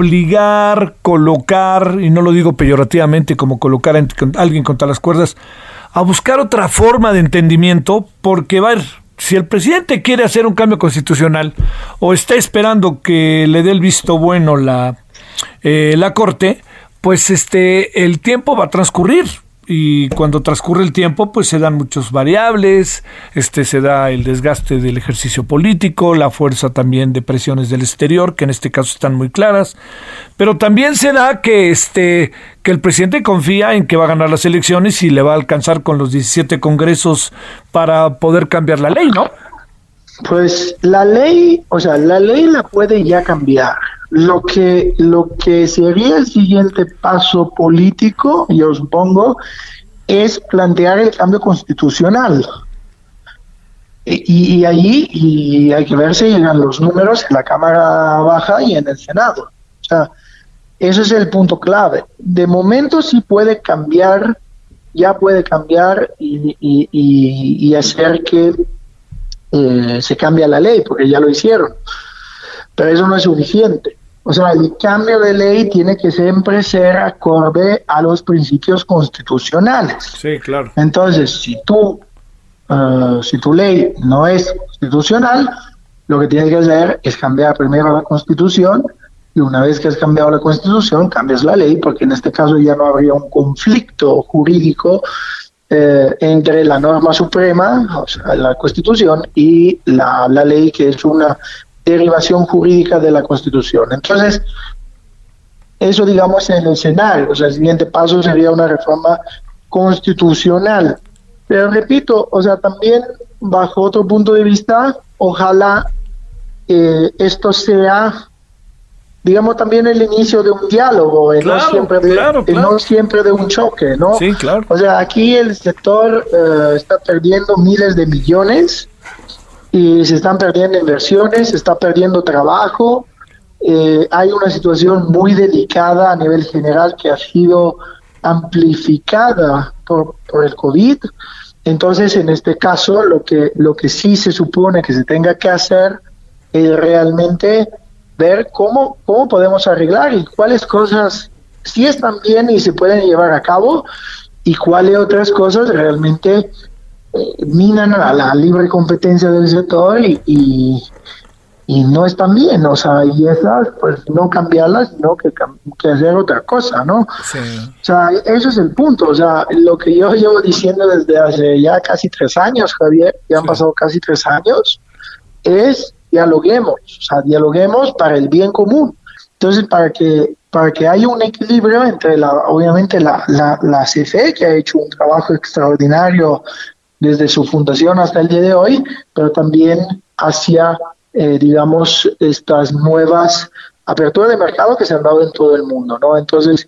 colocar, y no lo digo peyorativamente como colocar a alguien contra las cuerdas, a buscar otra forma de entendimiento, porque si el presidente quiere hacer un cambio constitucional o está esperando que le dé el visto bueno la Corte, pues el tiempo va a transcurrir, y cuando transcurre el tiempo pues se dan muchas variables, se da el desgaste del ejercicio político, la fuerza también de presiones del exterior, que en este caso están muy claras, pero también se da que el presidente confía en que va a ganar las elecciones y le va a alcanzar con los 17 congresos para poder cambiar la ley, ¿no? Pues la ley la puede ya cambiar. Lo que sería el siguiente paso político, yo supongo, es plantear el cambio constitucional. Y ahí y hay que ver si llegan los números en la Cámara Baja y en el Senado. O sea, ese es el punto clave. De momento sí puede cambiar, ya puede cambiar y hacer que se cambie la ley, porque ya lo hicieron. Pero eso no es suficiente. O sea, el cambio de ley tiene que siempre ser acorde a los principios constitucionales. Sí, claro. Entonces, si tu ley no es constitucional, lo que tienes que hacer es cambiar primero la Constitución, y una vez que has cambiado la Constitución, cambias la ley, porque en este caso ya no habría un conflicto jurídico entre la norma suprema, o sea, la Constitución, y la ley, que es una derivación jurídica de la Constitución. Entonces, eso, digamos, en el escenario. O sea, el siguiente paso sería una reforma constitucional. Pero repito, o sea, también bajo otro punto de vista, ojalá esto sea, digamos, también el inicio de un diálogo, no siempre de un choque, ¿no? Sí, claro. O sea, aquí el sector está perdiendo miles de millones, y se están perdiendo inversiones, se está perdiendo trabajo. Hay una situación muy delicada a nivel general que ha sido amplificada por el COVID. Entonces, en este caso, lo que sí se supone que se tenga que hacer es realmente ver cómo podemos arreglar y cuáles cosas sí están bien y se pueden llevar a cabo, y cuáles otras cosas realmente minan a la libre competencia del sector y no están bien, o sea, y esas, pues, no cambiarlas, sino que hacer otra cosa, ¿no? Sí. O sea, eso es el punto. O sea, lo que yo llevo diciendo desde hace ya casi 3 años, Javier, ya han pasado casi 3 años, es dialoguemos, o sea, dialoguemos para el bien común. Entonces, para que haya un equilibrio entre obviamente la CFE, que ha hecho un trabajo extraordinario desde su fundación hasta el día de hoy, pero también hacia, digamos, estas nuevas aperturas de mercado que se han dado en todo el mundo, ¿no? Entonces,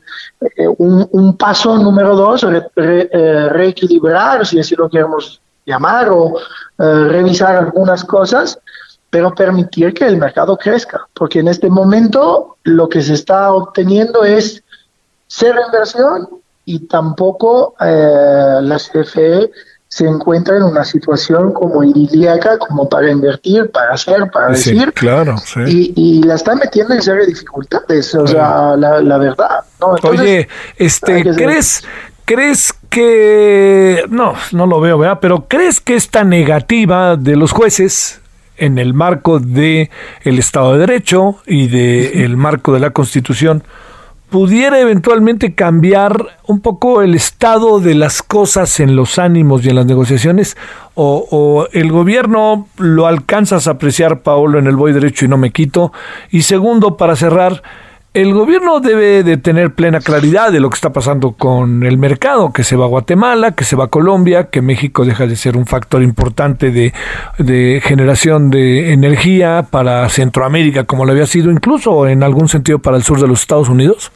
un paso número 2, reequilibrar, si así lo queremos llamar, o revisar algunas cosas, pero permitir que el mercado crezca, porque en este momento lo que se está obteniendo es cero inversión, y tampoco la CFE se encuentra en una situación como idílica, como para invertir, para hacer, para decir. Claro, sí. Y la está metiendo en serias dificultades, o sea, la verdad, ¿no? Entonces, oye, ¿crees que... No lo veo, ¿verdad? Pero ¿crees que esta negativa de los jueces en el marco de el Estado de Derecho y el marco de la Constitución pudiera eventualmente cambiar un poco el estado de las cosas en los ánimos y en las negociaciones? ¿O el gobierno lo alcanzas a apreciar, Paolo, en el voy derecho y no me quito? Y segundo, para cerrar, el gobierno debe de tener plena claridad de lo que está pasando con el mercado, que se va a Guatemala, que se va a Colombia, que México deja de ser un factor importante de generación de energía para Centroamérica, como lo había sido incluso en algún sentido para el sur de los Estados Unidos.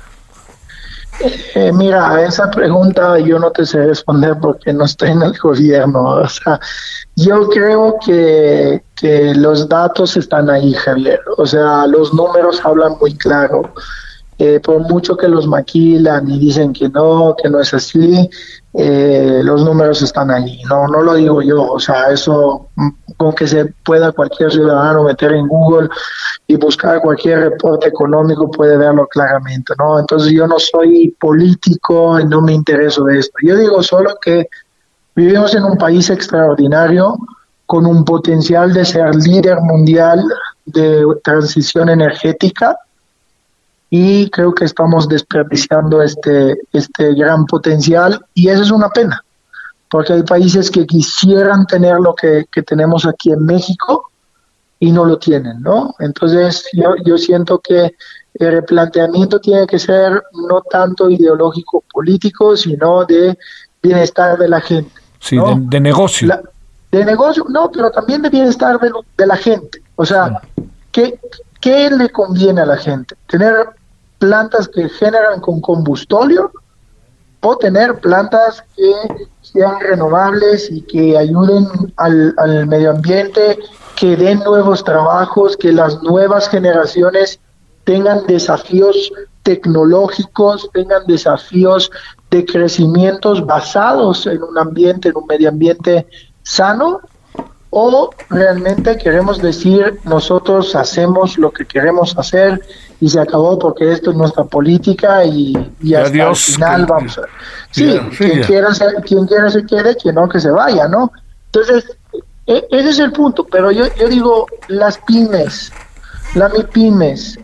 Mira, a esa pregunta yo no te sé responder porque no estoy en el gobierno. O sea, yo creo que los datos están ahí, Javier. O sea, los números hablan muy claro. Por mucho que los maquilan y dicen que no es así, los números están ahí. No lo digo yo. O sea, eso con que se pueda cualquier ciudadano meter en Google y buscar cualquier reporte económico puede verlo claramente, ¿no? Entonces yo no soy político y no me intereso de esto. Yo digo solo que vivimos en un país extraordinario con un potencial de ser líder mundial de transición energética, y creo que estamos desperdiciando este gran potencial, y eso es una pena, porque hay países que quisieran tener lo que tenemos aquí en México y no lo tienen, ¿no? Entonces yo siento que el replanteamiento tiene que ser no tanto ideológico político, sino de bienestar de la gente, ¿no? Sí, de negocio. De negocio, no, pero también de bienestar de la gente. O sea, ¿qué le conviene a la gente? ¿Tener plantas que generan con combustóleo o tener plantas que sean renovables y que ayuden al medio ambiente, que den nuevos trabajos, que las nuevas generaciones tengan desafíos tecnológicos, tengan desafíos de crecimientos basados en un ambiente, en un medio ambiente sano, o realmente queremos decir nosotros hacemos lo que queremos hacer y se acabó porque esto es nuestra política y hasta adiós, el final vamos a... Sí, quien quiera se quede, quien no que se vaya, ¿no? Entonces, ese es el punto, pero yo digo, las pymes, las MIPYMES,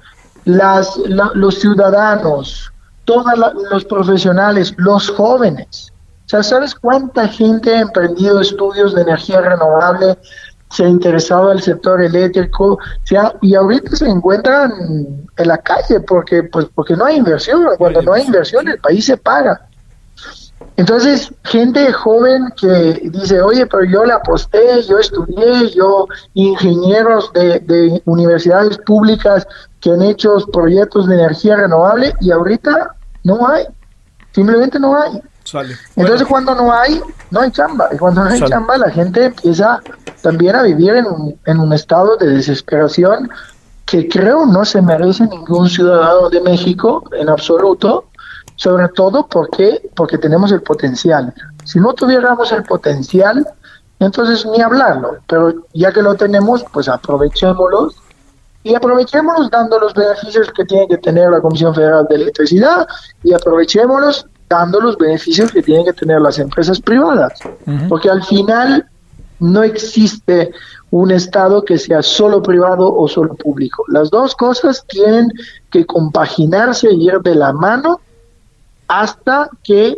los ciudadanos, todos los profesionales, los jóvenes. O sea, ¿sabes cuánta gente ha emprendido estudios de energía renovable, se ha interesado en el sector eléctrico, y ahorita se encuentran en la calle porque no hay inversión? Cuando no hay inversión, el país se paga. Entonces, gente joven que dice, oye, pero yo le aposté, yo estudié, ingenieros de universidades públicas que han hecho proyectos de energía renovable y ahorita no hay, simplemente no hay. Entonces, cuando no hay chamba, y cuando no hay chamba, la gente empieza también a vivir en un estado de desesperación que creo no se merece ningún ciudadano de México en absoluto, sobre todo porque tenemos el potencial. Si no tuviéramos el potencial, entonces ni hablarlo, pero ya que lo tenemos, pues aprovechémoslos, y aprovechémoslos dando los beneficios que tiene que tener la Comisión Federal de Electricidad, y aprovechémoslos dando los beneficios que tienen que tener las empresas privadas, porque al final no existe un Estado que sea solo privado o solo público. Las dos cosas tienen que compaginarse y ir de la mano hasta que,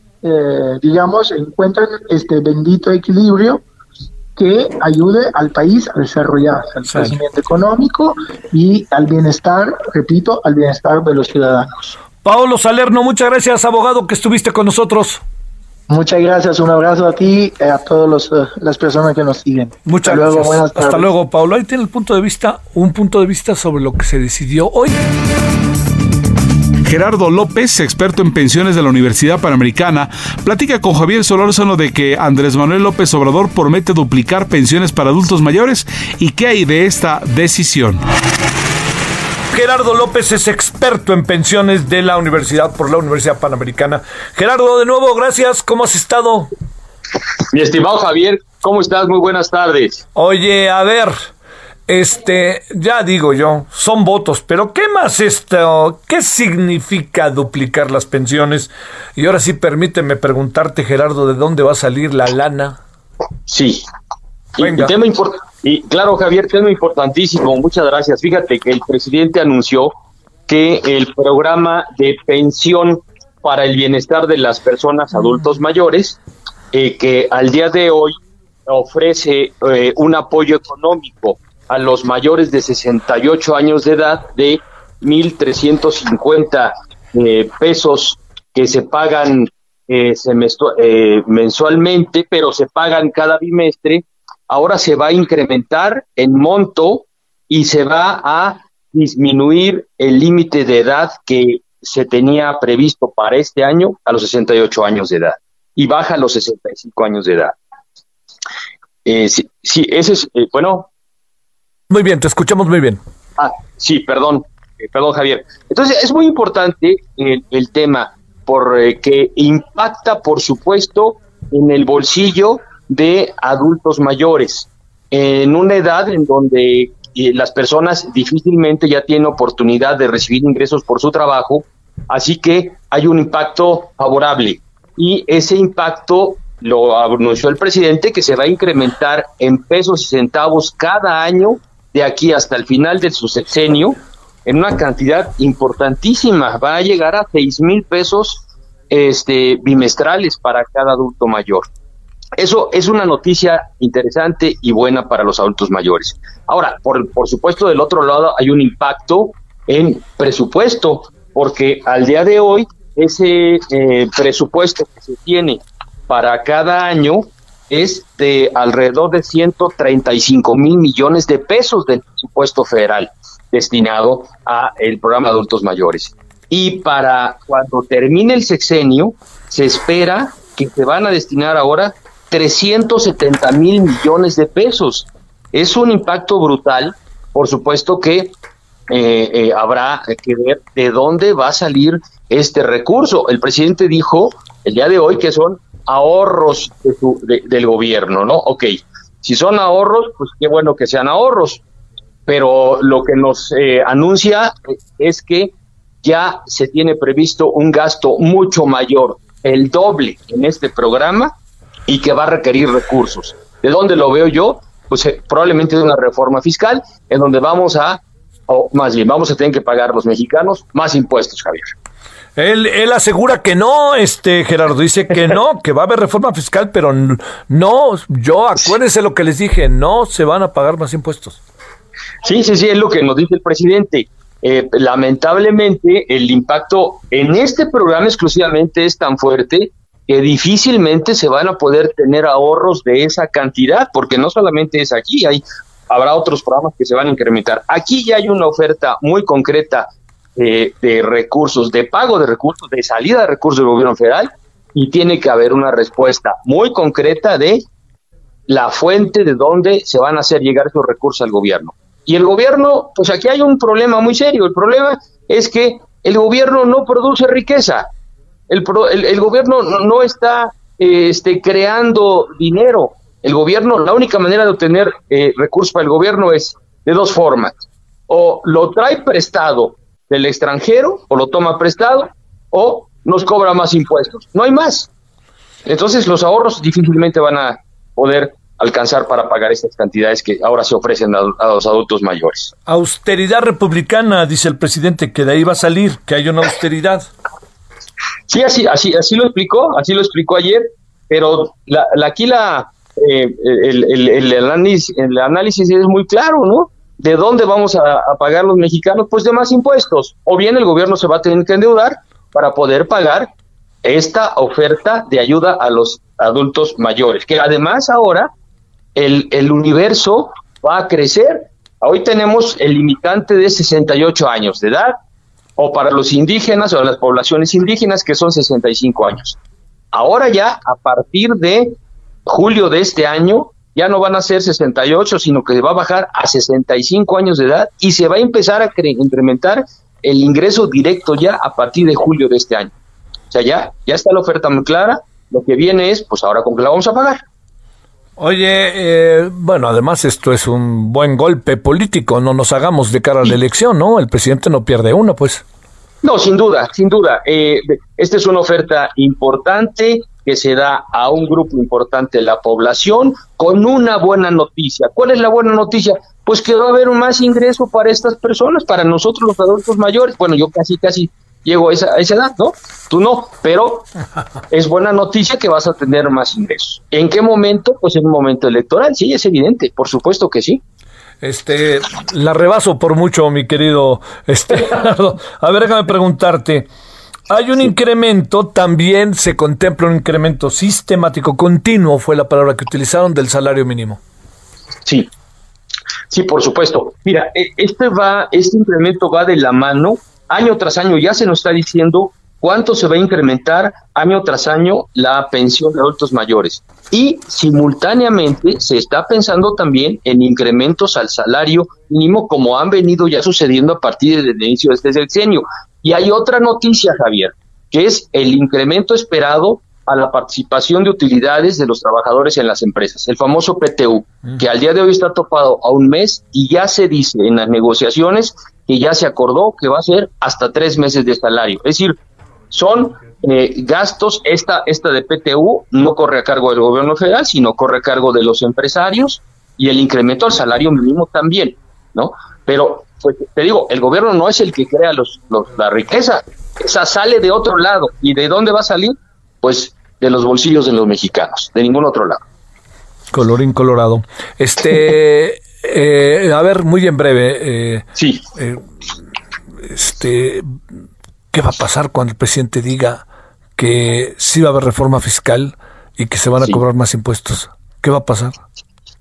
encuentren este bendito equilibrio que ayude al país a desarrollarse, al crecimiento económico y al bienestar, repito, al bienestar de los ciudadanos. Paolo Salerno, muchas gracias, abogado, que estuviste con nosotros. Muchas gracias, un abrazo a ti y a todas las personas que nos siguen. Muchas gracias. Buenas tardes. Hasta luego, Paolo. Ahí tiene un punto de vista sobre lo que se decidió hoy. Gerardo López, experto en pensiones de la Universidad Panamericana, platica con Javier Solórzano de que Andrés Manuel López Obrador promete duplicar pensiones para adultos mayores y qué hay de esta decisión. Gerardo López es experto en pensiones de la Universidad Panamericana. Gerardo, de nuevo, gracias. ¿Cómo has estado? Mi estimado Javier, ¿cómo estás? Muy buenas tardes. Oye, a ver, ya digo yo, son votos, pero ¿qué más qué significa duplicar las pensiones? Y ahora sí, permíteme preguntarte, Gerardo, ¿de dónde va a salir la lana? Sí. Y claro, Javier, tema importantísimo, muchas gracias. Fíjate que el presidente anunció que el programa de pensión para el bienestar de las personas adultos mayores, que al día de hoy ofrece un apoyo económico a los mayores de 68 años de edad de 1,350 pesos que se pagan mensualmente, pero se pagan cada bimestre. Ahora se va a incrementar en monto y se va a disminuir el límite de edad que se tenía previsto para este año a los 68 años de edad y baja a los 65 años de edad. Sí, ese es, bueno. Muy bien, te escuchamos muy bien. Sí, perdón, Javier. Entonces, es muy importante el tema porque impacta, por supuesto, en el bolsillo de adultos mayores, en una edad en donde las personas difícilmente ya tienen oportunidad de recibir ingresos por su trabajo, así que hay un impacto favorable, y ese impacto lo anunció el presidente, que se va a incrementar en pesos y centavos cada año de aquí hasta el final de su sexenio, en una cantidad importantísima. Va a llegar a 6,000 pesos bimestrales para cada adulto mayor. Eso es una noticia interesante y buena para los adultos mayores. Ahora, por supuesto, del otro lado hay un impacto en presupuesto, porque al día de hoy ese presupuesto que se tiene para cada año es de alrededor de 135,000 millones de pesos del presupuesto federal destinado a el programa de adultos mayores. y para cuando termine el sexenio se espera que se van a destinar ahora 370,000 millones de pesos. Es un impacto brutal. Por supuesto que habrá que ver de dónde va a salir este recurso. El presidente dijo el día de hoy que son ahorros del gobierno, ¿no? Ok, si son ahorros, pues qué bueno que sean ahorros, pero lo que nos anuncia es que ya se tiene previsto un gasto mucho mayor, el doble en este programa, y que va a requerir recursos. ¿De dónde lo veo yo? Pues probablemente de una reforma fiscal en donde vamos a tener que pagar los mexicanos más impuestos, Javier. Él asegura que no, Gerardo, dice que no, que va a haber reforma fiscal, pero no, acuérdense lo que les dije, no se van a pagar más impuestos. Sí, es lo que nos dice el presidente. Lamentablemente, el impacto en este programa exclusivamente es tan fuerte que difícilmente se van a poder tener ahorros de esa cantidad, porque no solamente es aquí, habrá otros programas que se van a incrementar. Aquí ya hay una oferta muy concreta de recursos, de pago de recursos, de salida de recursos del gobierno federal, y tiene que haber una respuesta muy concreta de la fuente de donde se van a hacer llegar esos recursos al gobierno. Y el gobierno, pues aquí hay un problema muy serio. El problema es que el gobierno no produce riqueza. El gobierno no está creando dinero. El gobierno, la única manera de obtener recursos para el gobierno es de dos formas: o lo trae prestado del extranjero, o lo toma prestado, o nos cobra más impuestos. No hay más. Entonces los ahorros difícilmente van a poder alcanzar para pagar estas cantidades que ahora se ofrecen a los adultos mayores. Austeridad republicana, dice el presidente, que de ahí va a salir, que hay una austeridad. Sí, así lo explicó ayer, pero el análisis es muy claro, ¿no? ¿De dónde vamos a pagar los mexicanos? Pues de más impuestos. O bien el gobierno se va a tener que endeudar para poder pagar esta oferta de ayuda a los adultos mayores, que además ahora el universo va a crecer. Hoy tenemos el limitante de 68 años de edad, o para los indígenas o las poblaciones indígenas, que son 65 años. Ahora ya, a partir de julio de este año, ya no van a ser 68, sino que se va a bajar a 65 años de edad, y se va a empezar a incrementar el ingreso directo ya a partir de julio de este año. O sea, ya está la oferta muy clara. Lo que viene es, pues ahora con qué la vamos a pagar. Oye, bueno, además esto es un buen golpe político, no nos hagamos de cara a la elección, ¿no? El presidente no pierde una, pues. No, sin duda. Esta es una oferta importante que se da a un grupo importante de la población con una buena noticia. ¿Cuál es la buena noticia? Pues que va a haber un más ingreso para estas personas, para nosotros los adultos mayores. Bueno, yo casi llego a esa edad, ¿no? Tú no, pero es buena noticia que vas a tener más ingresos. ¿En qué momento? Pues en un momento electoral, sí, es evidente, por supuesto que sí. La rebaso por mucho, mi querido Gerardo. A ver, déjame preguntarte. Hay un incremento, también se contempla un incremento sistemático, continuo, fue la palabra que utilizaron, del salario mínimo. Sí, por supuesto. Mira, este incremento va de la mano, año tras año ya se nos está diciendo cuánto se va a incrementar año tras año la pensión de adultos mayores. Y simultáneamente se está pensando también en incrementos al salario mínimo, como han venido ya sucediendo a partir del inicio de este sexenio. Y hay otra noticia, Javier, que es el incremento esperado a la participación de utilidades de los trabajadores en las empresas, el famoso PTU, que al día de hoy está topado a un mes, y ya se dice en las negociaciones que ya se acordó que va a ser hasta 3 meses de salario. Es decir, son gastos, esta de PTU no corre a cargo del gobierno federal, sino corre a cargo de los empresarios, y el incremento al salario mínimo también, ¿no? Pero, pues te digo, el gobierno no es el que crea la riqueza, esa sale de otro lado. ¿Y de dónde va a salir? Pues de los bolsillos de los mexicanos, de ningún otro lado. Colorín colorado. A ver, muy en breve. Sí. ¿Qué va a pasar cuando el presidente diga que sí va a haber reforma fiscal y que se van a cobrar más impuestos? ¿Qué va a pasar?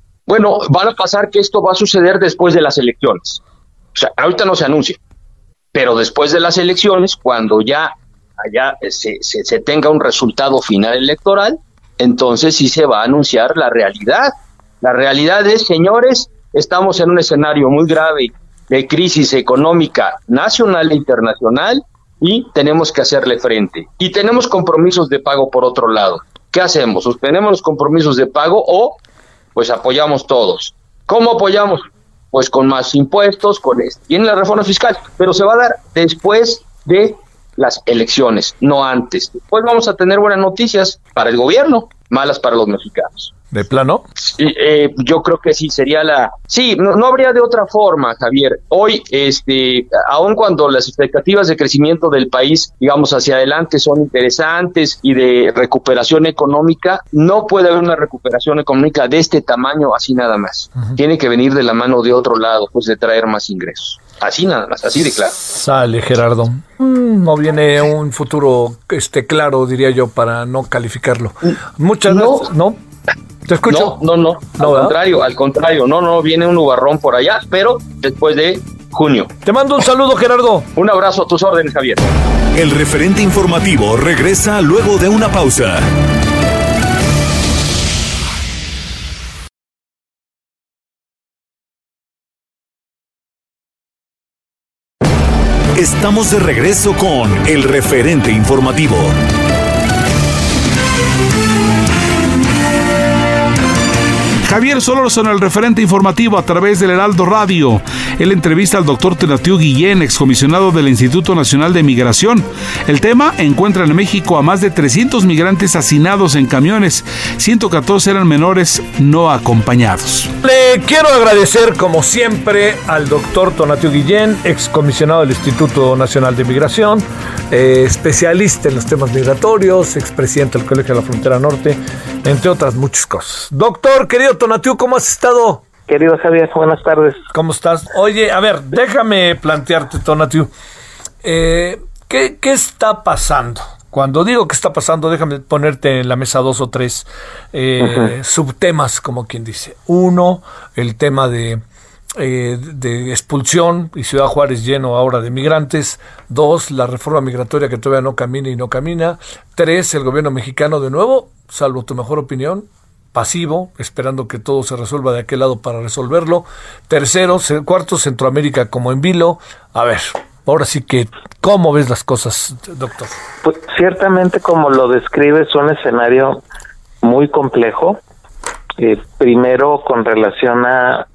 Bueno, van a pasar que esto va a suceder después de las elecciones. O sea, ahorita no se anuncia. pero después de las elecciones, cuando ya allá se tenga un resultado final electoral, entonces sí se va a anunciar la realidad. La realidad es, señores, estamos en un escenario muy grave de crisis económica nacional e internacional y tenemos que hacerle frente. Y tenemos compromisos de pago por otro lado. ¿Qué hacemos? ¿Sostenemos los compromisos de pago o pues apoyamos todos? ¿Cómo apoyamos? Pues con más impuestos, tiene la reforma fiscal, pero se va a dar después de las elecciones, no antes. Después vamos a tener buenas noticias para el gobierno, malas para los mexicanos. ¿De plano? Yo creo que sí, sería Sí, no habría de otra forma, Javier. Hoy, aun cuando las expectativas de crecimiento del país, digamos, hacia adelante son interesantes y de recuperación económica, no puede haber una recuperación económica de este tamaño así nada más. Uh-huh. Tiene que venir de la mano de otro lado, pues de traer más ingresos. Así nada más, así de claro. Sale, Gerardo. No viene un futuro claro, diría yo, para no calificarlo. Muchas gracias. ¿No? ¿Te escucho? No. Al contrario. No, viene un nubarrón por allá, pero después de junio. Te mando un saludo, Gerardo. Un abrazo a tus órdenes, Javier. El referente informativo regresa luego de una pausa. Estamos de regreso con el referente informativo. Javier Solórzano, el referente informativo a través del Heraldo Radio. Él entrevista al doctor Tonatiuh Guillén, excomisionado del Instituto Nacional de Migración. El tema: encuentran en México a más de 300 migrantes hacinados en camiones. 114 eran menores no acompañados. Le quiero agradecer, como siempre, al doctor Tonatiuh Guillén, excomisionado del Instituto Nacional de Migración, especialista en los temas migratorios, expresidente del Colegio de la Frontera Norte, entre otras muchas cosas. Doctor, querido Tonatiuh, ¿cómo has estado? Querido Javier, buenas tardes. ¿Cómo estás? Oye, a ver, déjame plantearte, Tonatiuh, ¿qué está pasando? Cuando digo que está pasando, déjame ponerte en la mesa 2 o 3 subtemas, como quien dice. 1, el tema de expulsión y Ciudad Juárez lleno ahora de migrantes. 2, la reforma migratoria que todavía no camina y no camina. 3, el gobierno mexicano de nuevo, salvo tu mejor opinión, pasivo, esperando que todo se resuelva de aquel lado para resolverlo. 4, Centroamérica como en vilo. A ver, ahora sí que, ¿cómo ves las cosas, doctor? Pues ciertamente, como lo describes, un escenario muy complejo. Primero, con relación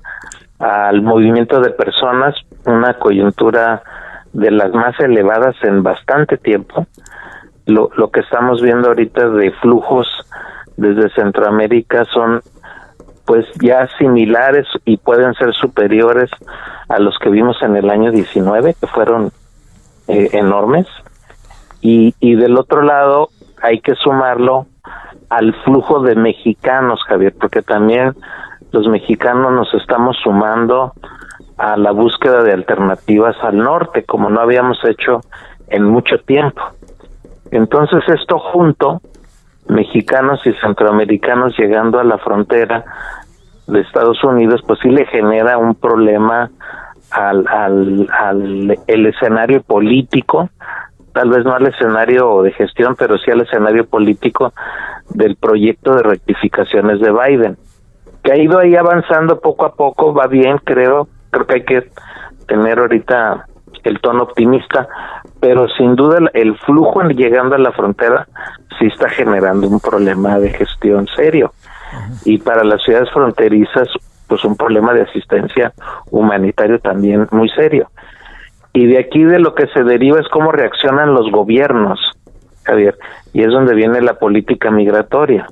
al movimiento de personas, una coyuntura de las más elevadas en bastante tiempo. Lo que estamos viendo ahorita de flujos desde Centroamérica son pues ya similares y pueden ser superiores a los que vimos en el año 19, que fueron enormes. Y del otro lado hay que sumarlo al flujo de mexicanos, Javier, porque también los mexicanos nos estamos sumando a la búsqueda de alternativas al norte, como no habíamos hecho en mucho tiempo. Entonces esto junto, mexicanos y centroamericanos llegando a la frontera de Estados Unidos, pues sí le genera un problema al escenario político, tal vez no al escenario de gestión, pero sí al escenario político del proyecto de rectificaciones de Biden, que ha ido ahí avanzando poco a poco, va bien, creo que hay que tener ahorita el tono optimista, pero sin duda el flujo llegando a la frontera sí está generando un problema de gestión serio. Y para las ciudades fronterizas, pues un problema de asistencia humanitario también muy serio. Y de aquí de lo que se deriva es cómo reaccionan los gobiernos, Javier, y es donde viene la política migratoria.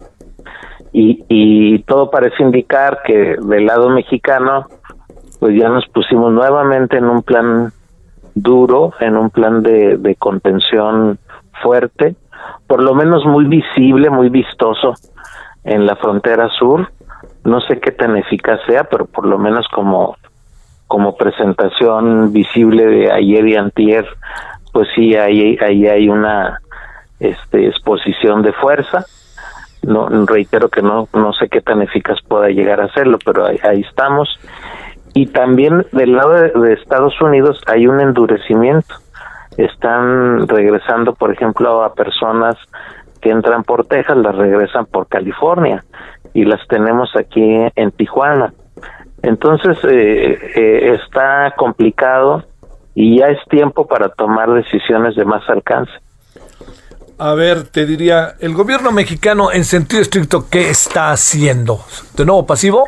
Y todo parece indicar que del lado mexicano, pues ya nos pusimos nuevamente en un plan duro, en un plan de contención fuerte, por lo menos muy visible, muy vistoso en la frontera sur. No sé qué tan eficaz sea, pero por lo menos como presentación visible de ayer y antier, pues sí, ahí hay una exposición de fuerza. No reitero que no sé qué tan eficaz pueda llegar a serlo, pero ahí estamos. Y también del lado de Estados Unidos hay un endurecimiento. Están regresando, por ejemplo, a personas que entran por Texas, las regresan por California y las tenemos aquí en Tijuana. Entonces está complicado y ya es tiempo para tomar decisiones de más alcance. A ver, te diría, el gobierno mexicano en sentido estricto, ¿qué está haciendo? ¿De nuevo pasivo?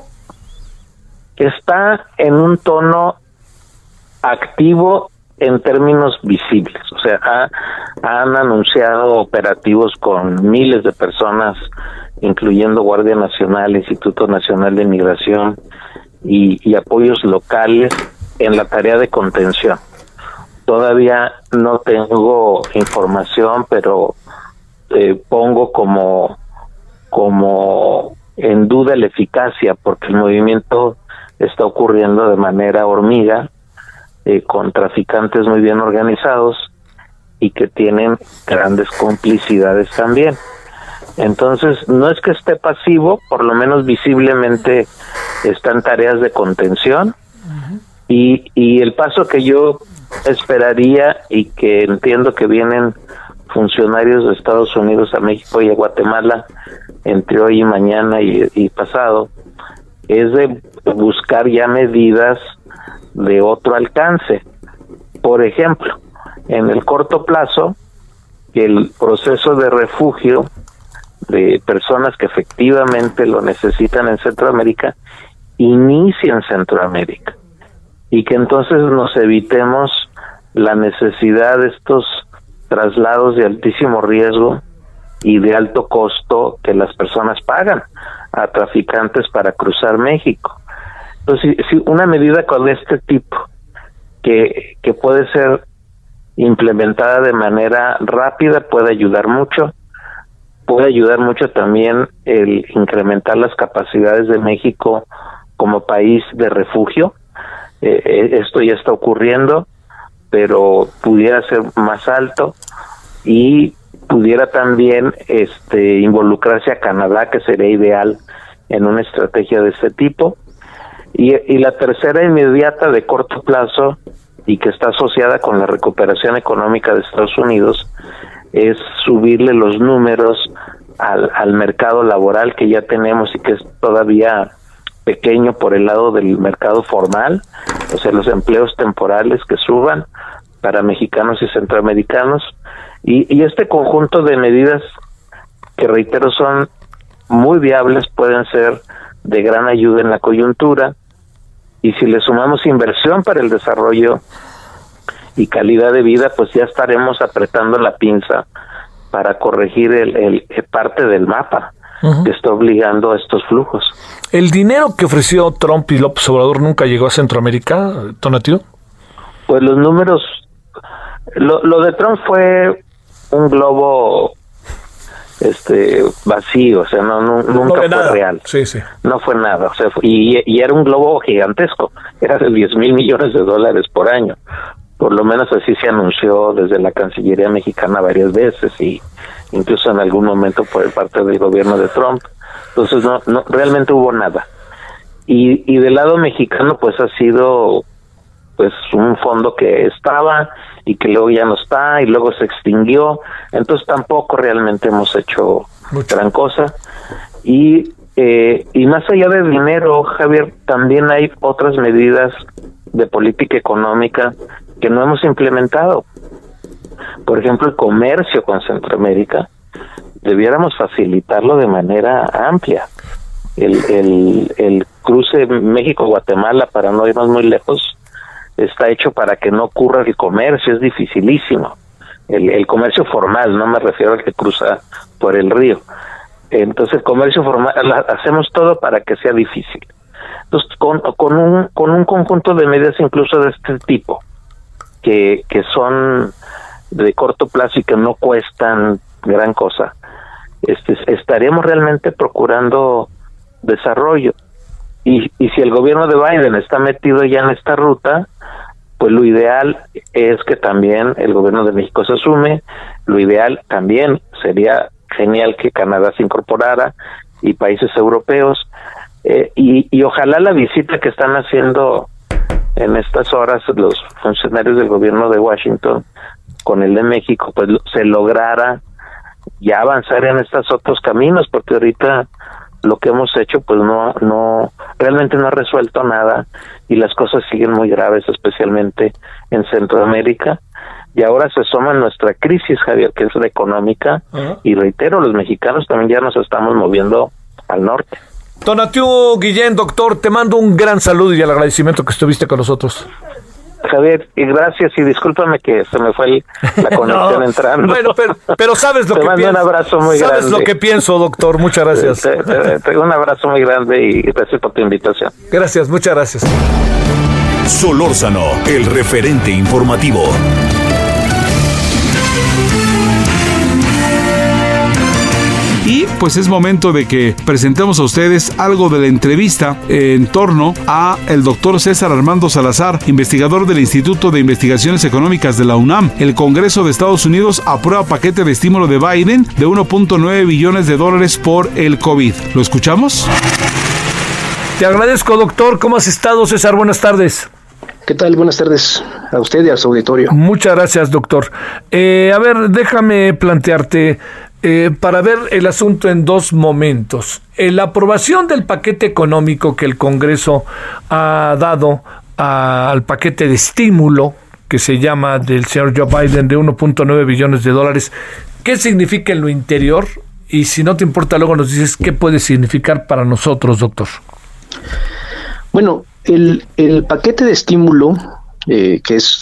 Está en un tono activo en términos visibles, o sea, han anunciado operativos con miles de personas, incluyendo Guardia Nacional, Instituto Nacional de Migración y apoyos locales en la tarea de contención. Todavía no tengo información, pero pongo como en duda la eficacia, porque el movimiento está ocurriendo de manera hormiga, con traficantes muy bien organizados y que tienen grandes complicidades también. Entonces, no es que esté pasivo, por lo menos visiblemente está en tareas de contención. Y el paso que yo esperaría, y que entiendo que vienen funcionarios de Estados Unidos a México y a Guatemala entre hoy y mañana y pasado, es de buscar ya medidas de otro alcance. Por ejemplo, en el corto plazo, el proceso de refugio de personas que efectivamente lo necesitan en Centroamérica inicia en Centroamérica, y que entonces nos evitemos la necesidad de estos traslados de altísimo riesgo y de alto costo que las personas pagan a traficantes para cruzar México. Entonces, si una medida con este tipo, que puede ser implementada de manera rápida, puede ayudar mucho. Puede ayudar mucho también el incrementar las capacidades de México como país de refugio. Esto ya está ocurriendo, pero pudiera ser más alto, y pudiera también involucrarse a Canadá, que sería ideal en una estrategia de este tipo. Y la tercera, inmediata, de corto plazo, y que está asociada con la recuperación económica de Estados Unidos, es subirle los números al mercado laboral que ya tenemos y que es todavía pequeño por el lado del mercado formal, o sea, los empleos temporales que suban para mexicanos y centroamericanos, y este conjunto de medidas que, reitero, son muy viables, pueden ser de gran ayuda en la coyuntura, y si le sumamos inversión para el desarrollo y calidad de vida, pues ya estaremos apretando la pinza para corregir el parte del mapa que está obligando a estos flujos. ¿El dinero que ofreció Trump y López Obrador nunca llegó a Centroamérica, Tonatiuh? Pues los números, lo de Trump fue un globo vacío, o sea, nunca fue nada. Real. Sí, sí. No fue nada, o sea, y era un globo gigantesco, era de $10,000 millones por año. Por lo menos así se anunció desde la Cancillería mexicana varias veces, y incluso en algún momento por parte del gobierno de Trump. Entonces no realmente hubo nada. Y del lado mexicano, pues ha sido pues un fondo que estaba y que luego ya no está y luego se extinguió. Entonces tampoco realmente hemos hecho gran cosa. Y más allá del dinero, Javier, también hay otras medidas de política económica que no hemos implementado. Por ejemplo, el comercio con Centroamérica, debiéramos facilitarlo de manera amplia. El cruce México-Guatemala, para no irnos muy lejos, está hecho para que no ocurra el comercio, es dificilísimo. El comercio formal, no me refiero al que cruza por el río. Entonces el comercio formal, hacemos todo para que sea difícil. Entonces con un conjunto de medidas incluso de este tipo, que son de corto plazo y que no cuestan gran cosa, estaremos realmente procurando desarrollo. Y si el gobierno de Biden está metido ya en esta ruta, pues lo ideal es que también el gobierno de México se sume. Lo ideal también sería genial que Canadá se incorporara y países europeos, y ojalá la visita que están haciendo en estas horas los funcionarios del gobierno de Washington con el de México pues se lograra ya avanzar en estos otros caminos, porque ahorita lo que hemos hecho pues no realmente no ha resuelto nada y las cosas siguen muy graves, especialmente en Centroamérica. Y ahora se suma nuestra crisis, Javier, que es la económica, y reitero, los mexicanos también ya nos estamos moviendo al norte. Tonatiuh Guillén, doctor, te mando un gran saludo y el agradecimiento que estuviste con nosotros. Javier, y gracias, y discúlpame que se me fue la conexión entrando. Bueno, pero sabes lo que pienso. Te mando un abrazo muy grande. Sabes lo que pienso, doctor, muchas gracias. Te un abrazo muy grande y gracias por tu invitación. Gracias, muchas gracias. Solórzano, el referente informativo. Y pues es momento de que presentemos a ustedes algo de la entrevista en torno a el doctor César Armando Salazar, investigador del Instituto de Investigaciones Económicas de la UNAM. El Congreso de Estados Unidos aprueba paquete de estímulo de Biden de 1.9 billones de dólares por el COVID. ¿Lo escuchamos? Te agradezco, doctor. ¿Cómo has estado, César? Buenas tardes. ¿Qué tal? Buenas tardes a usted y a su auditorio. Muchas gracias, doctor. A ver, déjame plantearte para ver el asunto en dos momentos. La aprobación del paquete económico que el Congreso ha dado al paquete de estímulo que se llama del señor Joe Biden de 1.9 billones de dólares, ¿qué significa en lo interior? Y si no te importa, luego nos dices qué puede significar para nosotros, doctor. Bueno, el paquete de estímulo, que es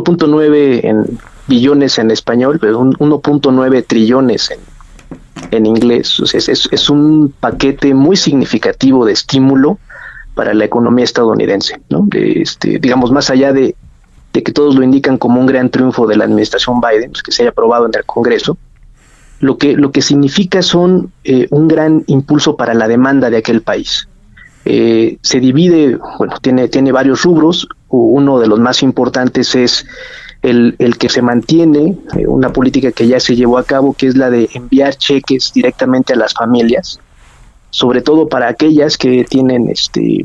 1.9 billones en español, pero 1.9 trillones en inglés. O sea, es un paquete muy significativo de estímulo para la economía estadounidense, ¿no? Digamos, más allá de que todos lo indican como un gran triunfo de la administración Biden, pues, que se haya aprobado en el Congreso, lo que significa son un gran impulso para la demanda de aquel país. Se divide, bueno, tiene varios rubros. Uno de los más importantes es el que se mantiene, una política que ya se llevó a cabo, que es la de enviar cheques directamente a las familias, sobre todo para aquellas que tienen, que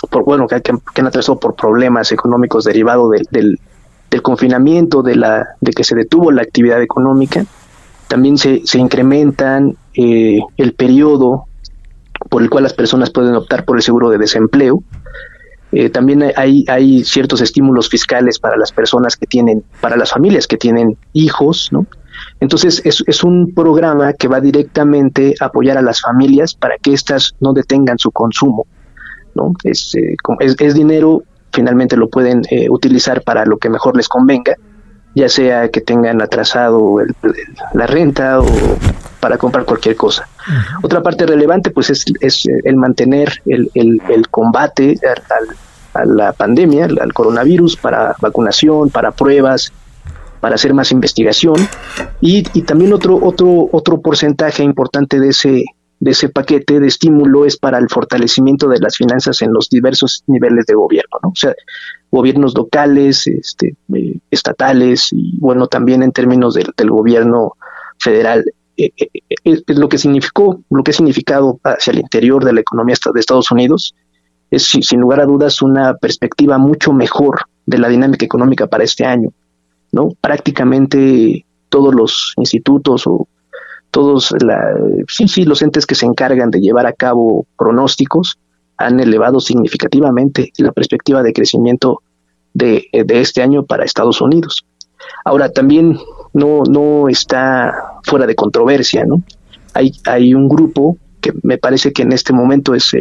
han atravesado por problemas económicos derivados del confinamiento, de que se detuvo la actividad económica. También se incrementan el periodo por el cual las personas pueden optar por el seguro de desempleo. También hay ciertos estímulos fiscales para las personas para las familias que tienen hijos, ¿no? Entonces es un programa que va directamente a apoyar a las familias para que éstas no detengan su consumo, ¿no? Es dinero, finalmente lo pueden utilizar para lo que mejor les convenga, ya sea que tengan atrasado la renta o para comprar cualquier cosa. Uh-huh. Otra parte relevante pues es el mantener el combate a la pandemia, al coronavirus, para vacunación, para pruebas, para hacer más investigación, y también otro porcentaje importante de ese paquete de estímulo es para el fortalecimiento de las finanzas en los diversos niveles de gobierno, ¿no? O sea, gobiernos locales, estatales, y bueno, también en términos del gobierno federal. Lo que ha significado hacia el interior de la economía de Estados Unidos es, sin lugar a dudas, una perspectiva mucho mejor de la dinámica económica para este año, ¿no? Prácticamente todos los institutos o todos los entes que se encargan de llevar a cabo pronósticos han elevado significativamente la perspectiva de crecimiento de este año para Estados Unidos. Ahora, también no está fuera de controversia, ¿no? Hay un grupo que me parece que en este momento es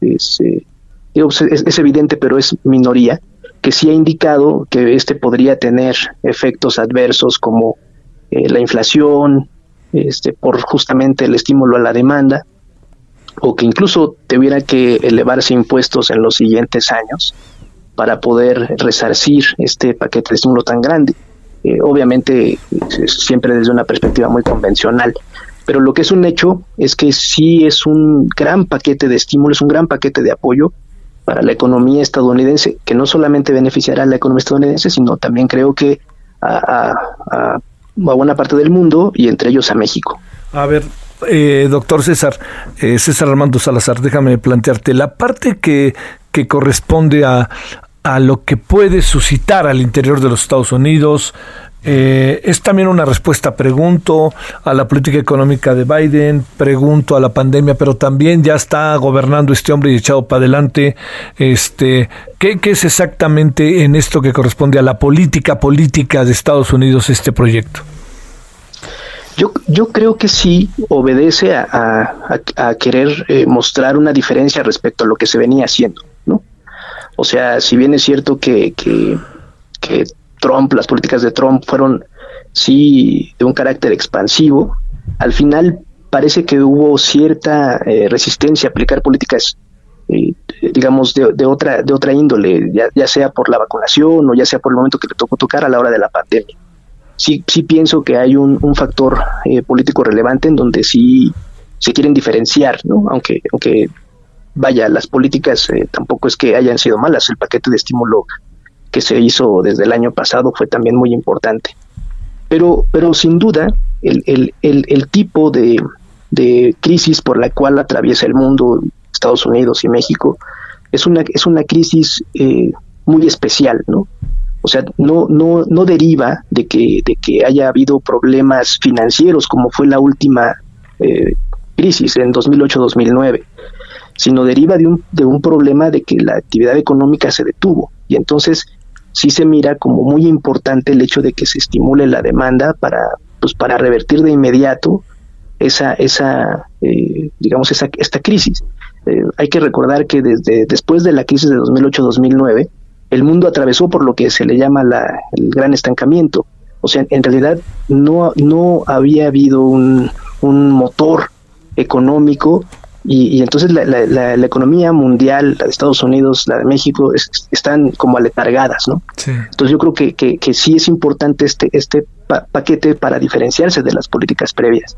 evidente, pero es minoría, que sí ha indicado que podría tener efectos adversos como la inflación, por justamente el estímulo a la demanda, o que incluso tuviera que elevarse impuestos en los siguientes años para poder resarcir este paquete de estímulo tan grande. Obviamente siempre desde una perspectiva muy convencional, pero lo que es un hecho es que sí es un gran paquete de estímulo, es un gran paquete de apoyo para la economía estadounidense, que no solamente beneficiará a la economía estadounidense, sino también creo que a buena parte del mundo, y entre ellos a México. A ver, doctor César Armando Salazar, déjame plantearte la parte que corresponde a a lo que puede suscitar al interior de los Estados Unidos. Es también una respuesta, pregunto, a la política económica de Biden, pregunto a la pandemia, pero también ya está gobernando este hombre y echado para adelante. ¿Qué es exactamente en esto que corresponde a la política de Estados Unidos este proyecto? Yo creo que sí obedece a querer mostrar una diferencia respecto a lo que se venía haciendo, ¿no? O sea, si bien es cierto que Trump, las políticas de Trump fueron sí de un carácter expansivo, al final parece que hubo cierta resistencia a aplicar políticas digamos de otra índole, ya sea por la vacunación o ya sea por el momento que le tocó tocar a la hora de la pandemia. Sí pienso que hay un factor político relevante en donde sí se quieren diferenciar, ¿no? Aunque vaya, las políticas tampoco es que hayan sido malas. El paquete de estímulo que se hizo desde el año pasado fue también muy importante. Pero sin duda, el tipo de crisis por la cual atraviesa el mundo, Estados Unidos y México, es una crisis muy especial, ¿no? O sea, no deriva de que haya habido problemas financieros como fue la última crisis en 2008-2009, sino deriva de un problema de que la actividad económica se detuvo. Y entonces sí se mira como muy importante el hecho de que se estimule la demanda para revertir de inmediato esta crisis. Hay que recordar que después de la crisis de 2008-2009, el mundo atravesó por lo que se le llama el gran estancamiento. O sea, en realidad no había habido un motor económico y entonces la economía mundial, la de Estados Unidos, la de México, están como aletargadas, ¿no? Sí. Entonces yo creo que sí es importante este paquete para diferenciarse de las políticas previas.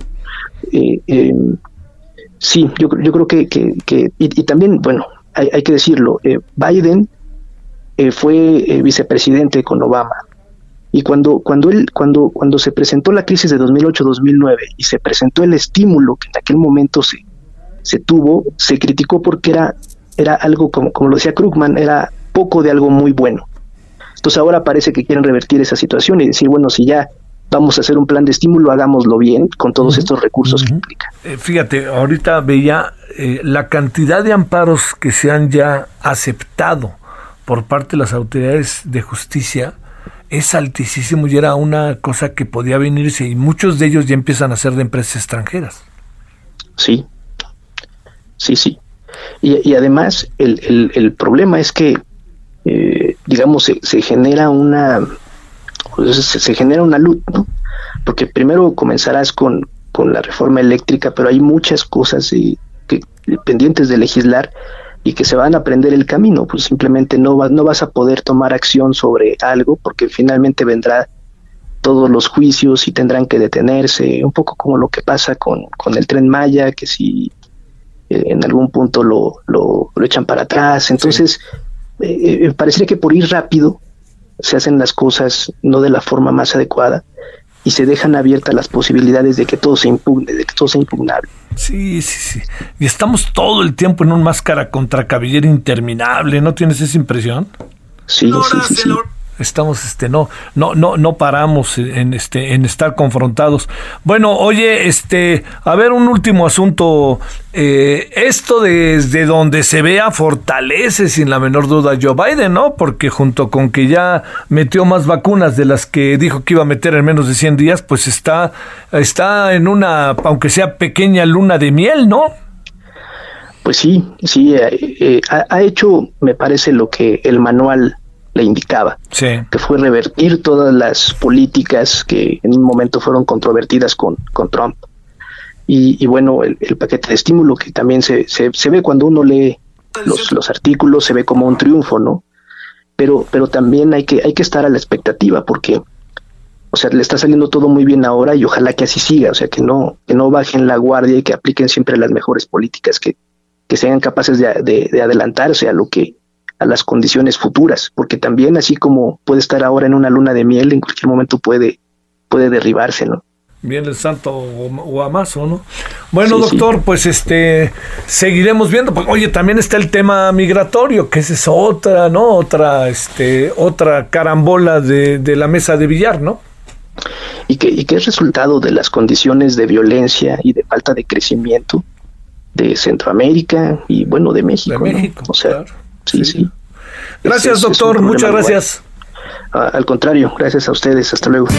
Sí, yo creo que y también, bueno, hay que decirlo, Biden fue vicepresidente con Obama, y cuando se presentó la crisis de 2008-2009 y se presentó el estímulo que en aquel momento se tuvo, se criticó porque era algo como lo decía Krugman, era poco de algo muy bueno. Entonces ahora parece que quieren revertir esa situación y decir, bueno, si ya vamos a hacer un plan de estímulo, hagámoslo bien con todos estos recursos que implica. Fíjate, ahorita veía la cantidad de amparos que se han ya aceptado por parte de las autoridades de justicia es altísimo y era una cosa que podía venirse, y muchos de ellos ya empiezan a ser de empresas extranjeras. Sí. Y además el problema es que digamos se genera una luz, ¿no? Porque primero comenzarás con la reforma eléctrica, pero hay muchas cosas pendientes de legislar y que se van a aprender el camino. Pues simplemente no vas a poder tomar acción sobre algo porque finalmente vendrá todos los juicios y tendrán que detenerse, un poco como lo que pasa con el Tren Maya, que si en algún punto lo echan para atrás. Entonces parecería que por ir rápido se hacen las cosas no de la forma más adecuada y se dejan abiertas las posibilidades de que todo se impugne, de que todo sea impugnable. Sí. Y estamos todo el tiempo en un máscara contra cabellera interminable, ¿no tienes esa impresión? Sí. Estamos, no paramos en estar confrontados. Bueno, oye, a ver, un último asunto. Esto desde donde se vea fortalece sin la menor duda Joe Biden, ¿no? Porque junto con que ya metió más vacunas de las que dijo que iba a meter en menos de 100 días, pues está en una, aunque sea pequeña, luna de miel, ¿no? Pues sí, ha hecho, me parece, lo que el manual le indicaba, que fue revertir todas las políticas que en un momento fueron controvertidas con Trump. Y bueno, el paquete de estímulo, que también se ve cuando uno lee los artículos, se ve como un triunfo, ¿no? Pero también hay que estar a la expectativa, porque, o sea, le está saliendo todo muy bien ahora y ojalá que así siga, o sea, que no bajen la guardia y que apliquen siempre las mejores políticas, que sean capaces de adelantarse a las condiciones futuras, porque también así como puede estar ahora en una luna de miel, en cualquier momento puede derribarse, ¿no? Viene el santo Guamazo, ¿no? Bueno, sí, doctor, sí. Pues seguiremos viendo. Pues, oye, también está el tema migratorio, que esa es otra, ¿no? Otra carambola de la mesa de billar, ¿no? Y que es resultado de las condiciones de violencia y de falta de crecimiento de Centroamérica y, bueno, de México. De México, ¿no? O sea, claro. Sí. Gracias, doctor. Muchas gracias. Al contrario, gracias a ustedes. Hasta luego.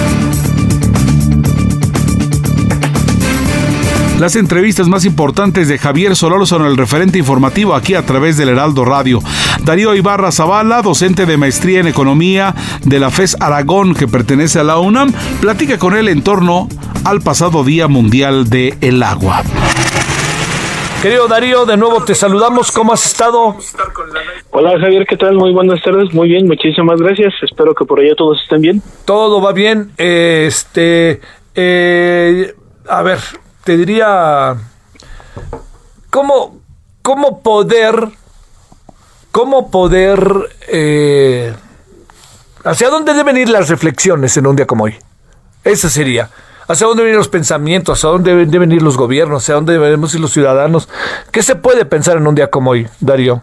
Las entrevistas más importantes de Javier Solórzano, el referente informativo, aquí a través del Heraldo Radio. Darío Ibarra Zavala, docente de maestría en economía de la FES Aragón, que pertenece a la UNAM, platica con él en torno al pasado Día Mundial del Agua. Querido Darío, de nuevo te saludamos. ¿Cómo has estado? Hola Javier, ¿qué tal? Muy buenas tardes. Muy bien, muchísimas gracias. Espero que por allá todos estén bien. Todo va bien. A ver, te diría, ¿cómo poder, hacia dónde deben ir las reflexiones en un día como hoy? Esa sería. ¿Hacia dónde deben ir los pensamientos? ¿Hacia dónde deben ir los gobiernos? ¿Hacia dónde debemos ir los ciudadanos? ¿Qué se puede pensar en un día como hoy, Darío?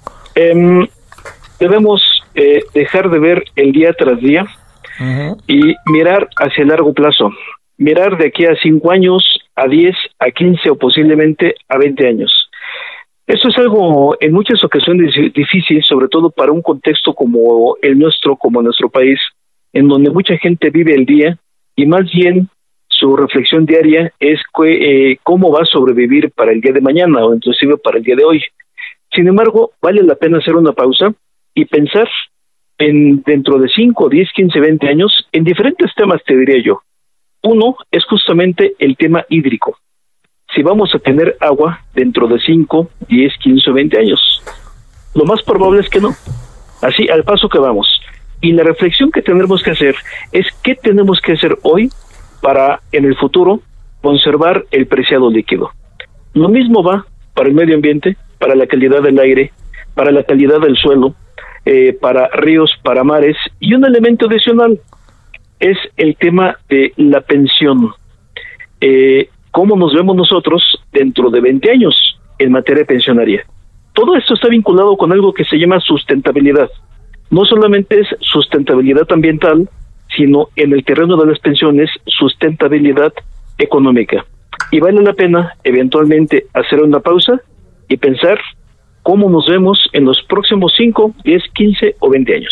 Debemos dejar de ver el día tras día y mirar hacia el largo plazo. Mirar de aquí a 5 años, a 10, a 15 o posiblemente a 20 años. Esto es algo en muchas ocasiones difícil, sobre todo para un contexto como el nuestro, como nuestro país, en donde mucha gente vive el día y más bien su reflexión diaria es cómo va a sobrevivir para el día de mañana o inclusive para el día de hoy. Sin embargo, vale la pena hacer una pausa y pensar dentro de 5, 10, 15, 20 años en diferentes temas, te diría yo. Uno es justamente el tema hídrico. Si vamos a tener agua dentro de 5, 10, 15 o 20 años. Lo más probable es que no. Así, al paso que vamos. Y la reflexión que tendremos que hacer es qué tenemos que hacer hoy para, en el futuro, conservar el preciado líquido. Lo mismo va para el medio ambiente, para la calidad del aire, para la calidad del suelo, para ríos, para mares, y un elemento adicional es el tema de la pensión. ¿Cómo nos vemos nosotros dentro de 20 años en materia pensionaria? Todo esto está vinculado con algo que se llama sustentabilidad. No solamente es sustentabilidad ambiental, sino en el terreno de las pensiones, sustentabilidad económica. Y vale la pena eventualmente hacer una pausa y pensar cómo nos vemos en los próximos 5, 10, 15 o 20 años.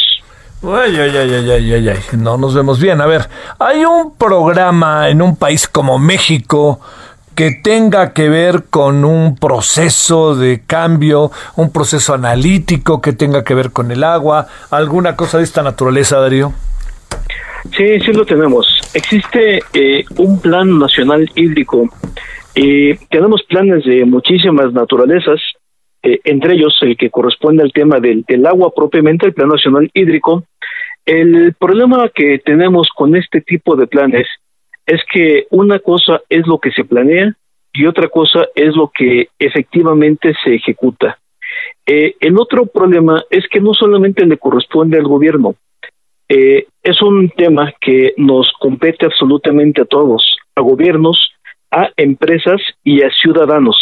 No nos vemos bien. A ver, ¿hay un programa en un país como México que tenga que ver con un proceso de cambio, un proceso analítico que tenga que ver con el agua, alguna cosa de esta naturaleza, Darío? Sí, sí lo tenemos. Existe un plan nacional hídrico. Tenemos planes de muchísimas naturalezas, entre ellos el que corresponde al tema del agua propiamente, el Plan Nacional Hídrico. El problema que tenemos con este tipo de planes es que una cosa es lo que se planea y otra cosa es lo que efectivamente se ejecuta. El otro problema es que no solamente le corresponde al gobierno, es un tema que nos compete absolutamente a todos, a gobiernos, a empresas y a ciudadanos.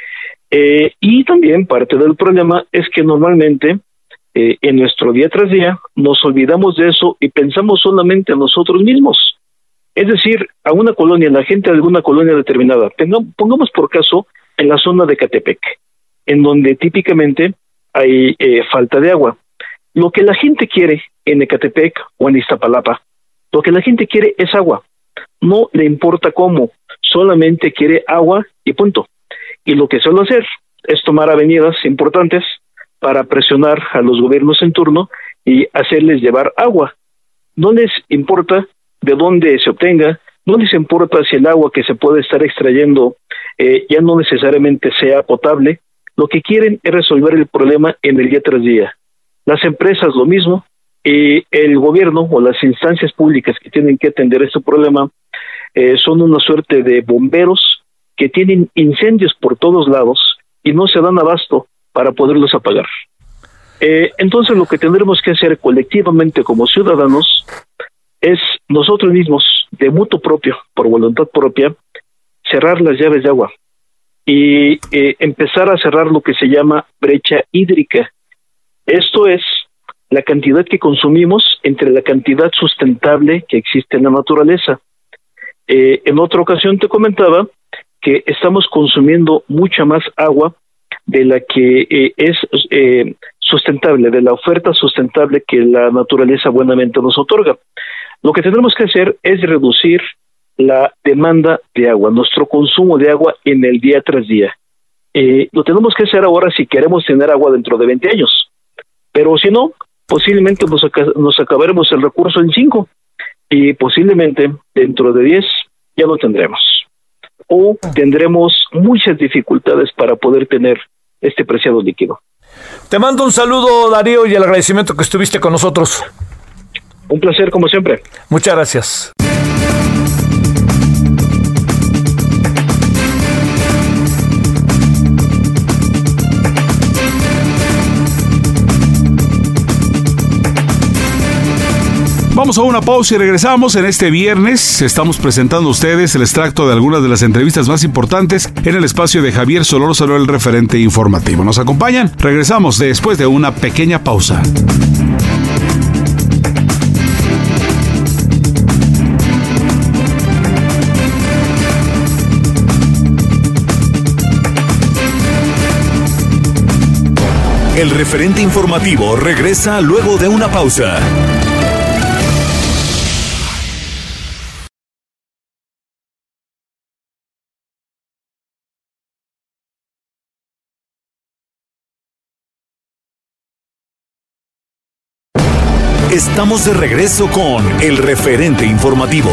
Y también parte del problema es que normalmente en nuestro día tras día nos olvidamos de eso y pensamos solamente en nosotros mismos. Es decir, a una colonia, la gente de alguna colonia determinada, pongamos por caso en la zona de Ecatepec, en donde típicamente hay falta de agua. Lo que la gente quiere en Ecatepec o en Iztapalapa, lo que la gente quiere es agua. No le importa cómo, solamente quiere agua y punto. Y lo que suele hacer es tomar avenidas importantes para presionar a los gobiernos en turno y hacerles llevar agua. No les importa de dónde se obtenga, no les importa si el agua que se puede estar extrayendo ya no necesariamente sea potable. Lo que quieren es resolver el problema en el día tras día. Las empresas lo mismo, y el gobierno o las instancias públicas que tienen que atender este problema son una suerte de bomberos que tienen incendios por todos lados y no se dan abasto para poderlos apagar. Entonces lo que tendremos que hacer colectivamente como ciudadanos es nosotros mismos, de mutuo propio, por voluntad propia, cerrar las llaves de agua y empezar a cerrar lo que se llama brecha hídrica. Esto es la cantidad que consumimos entre la cantidad sustentable que existe en la naturaleza. En otra ocasión te comentaba que estamos consumiendo mucha más agua de la que es sustentable, de la oferta sustentable que la naturaleza buenamente nos otorga. Lo que tenemos que hacer es reducir la demanda de agua, nuestro consumo de agua en el día tras día. Lo tenemos que hacer ahora si queremos tener agua dentro de 20 años, pero si no, posiblemente nos acabaremos el recurso en 5 y posiblemente dentro de 10 ya no tendremos, o tendremos muchas dificultades para poder tener este preciado líquido. Te mando un saludo, Darío, y el agradecimiento que estuviste con nosotros. Un placer, como siempre. Muchas gracias. Vamos a una pausa y regresamos. En este viernes estamos presentando a ustedes el extracto de algunas de las entrevistas más importantes en el espacio de Javier Solórzano, el referente informativo. ¿Nos acompañan? Regresamos después de una pequeña pausa. El referente informativo regresa luego de una pausa. Estamos de regreso con el referente informativo.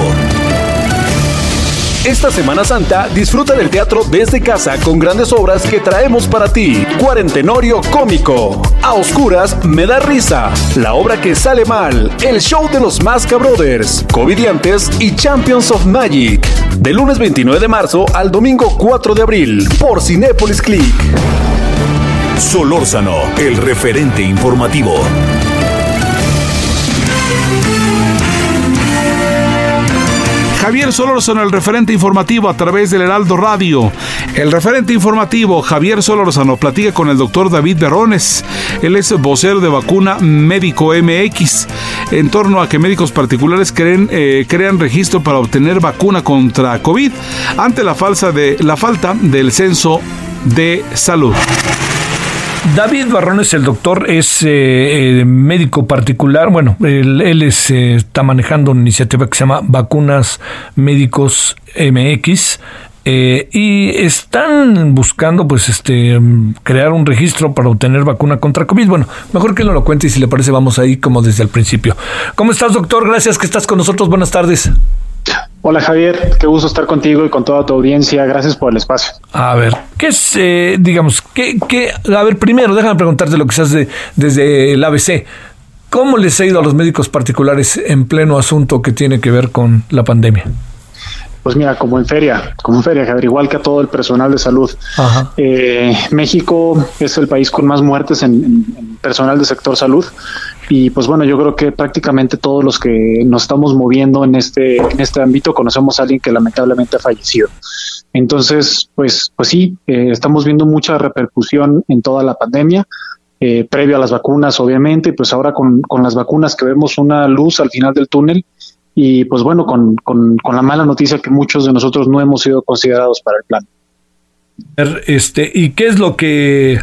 Esta Semana Santa disfruta del teatro desde casa con grandes obras que traemos para ti. Cuarentenorio cómico, A Oscuras me da risa, La obra que sale mal, El show de los Masca Brothers, Comediantes y Champions of Magic. Del lunes 29 de marzo al domingo 4 de abril por Cinépolis Click. Solórzano, el referente informativo. Javier Solórzano, el referente informativo a través del Heraldo Radio. El referente informativo, Javier Solórzano, platica con el doctor David Berrones. Él es vocero de Vacuna Médico MX, en torno a que médicos particulares crean registro para obtener vacuna contra COVID ante la falta del censo de salud. David Berrones, el doctor, es médico particular. Bueno, él está manejando una iniciativa que se llama Vacunas Médicos MX. Y están buscando crear un registro para obtener vacuna contra COVID. Bueno, mejor que él no lo cuente y si le parece vamos ahí como desde el principio. ¿Cómo estás, doctor? Gracias que estás con nosotros. Buenas tardes. Hola, Javier, qué gusto estar contigo y con toda tu audiencia. Gracias por el espacio. A ver, ¿qué es, a ver, primero déjame preguntarte lo que seas desde el ABC. ¿Cómo les ha ido a los médicos particulares en pleno asunto que tiene que ver con la pandemia? Pues mira, como en feria, Javier, igual que a todo el personal de salud. Ajá. México es el país con más muertes en personal de sector salud. Y pues bueno, yo creo que prácticamente todos los que nos estamos moviendo en este ámbito conocemos a alguien que lamentablemente ha fallecido. Entonces, pues sí, estamos viendo mucha repercusión en toda la pandemia, previo a las vacunas, obviamente, pues ahora con las vacunas que vemos una luz al final del túnel. Y pues bueno, con la mala noticia que muchos de nosotros no hemos sido considerados para el plan. ¿Y qué es lo que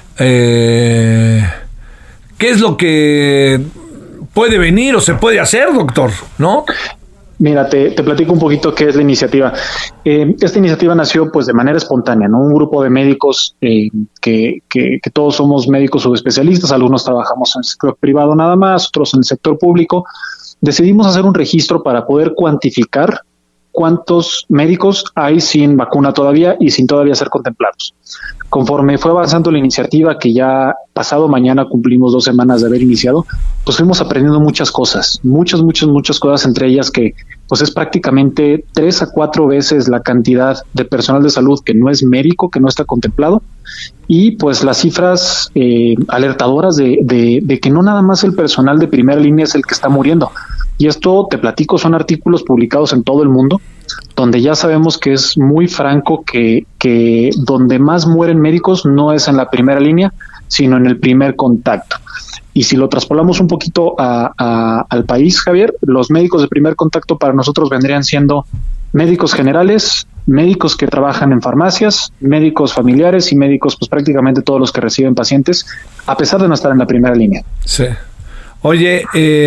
puede venir o se puede hacer, doctor? ¿No? Mira, te platico un poquito qué es la iniciativa. Esta iniciativa nació pues de manera espontánea, ¿no? Un grupo de médicos que todos somos médicos subespecialistas, algunos trabajamos en el sector privado nada más, otros en el sector público. Decidimos hacer un registro para poder cuantificar cuántos médicos hay sin vacuna todavía y sin todavía ser contemplados. Conforme fue avanzando la iniciativa, que ya pasado mañana cumplimos 2 semanas de haber iniciado, pues fuimos aprendiendo muchas cosas, muchas cosas, entre ellas que pues es prácticamente 3 a 4 veces la cantidad de personal de salud que no es médico, que no está contemplado, y pues las cifras alertadoras de que no nada más el personal de primera línea es el que está muriendo, Y esto, te platico, son artículos publicados en todo el mundo, donde ya sabemos que es muy franco que donde más mueren médicos no es en la primera línea, sino en el primer contacto. Y si lo traspolamos un poquito al país, Javier, los médicos de primer contacto para nosotros vendrían siendo médicos generales, médicos que trabajan en farmacias, médicos familiares y médicos, pues prácticamente todos los que reciben pacientes, a pesar de no estar en la primera línea. Sí. Oye,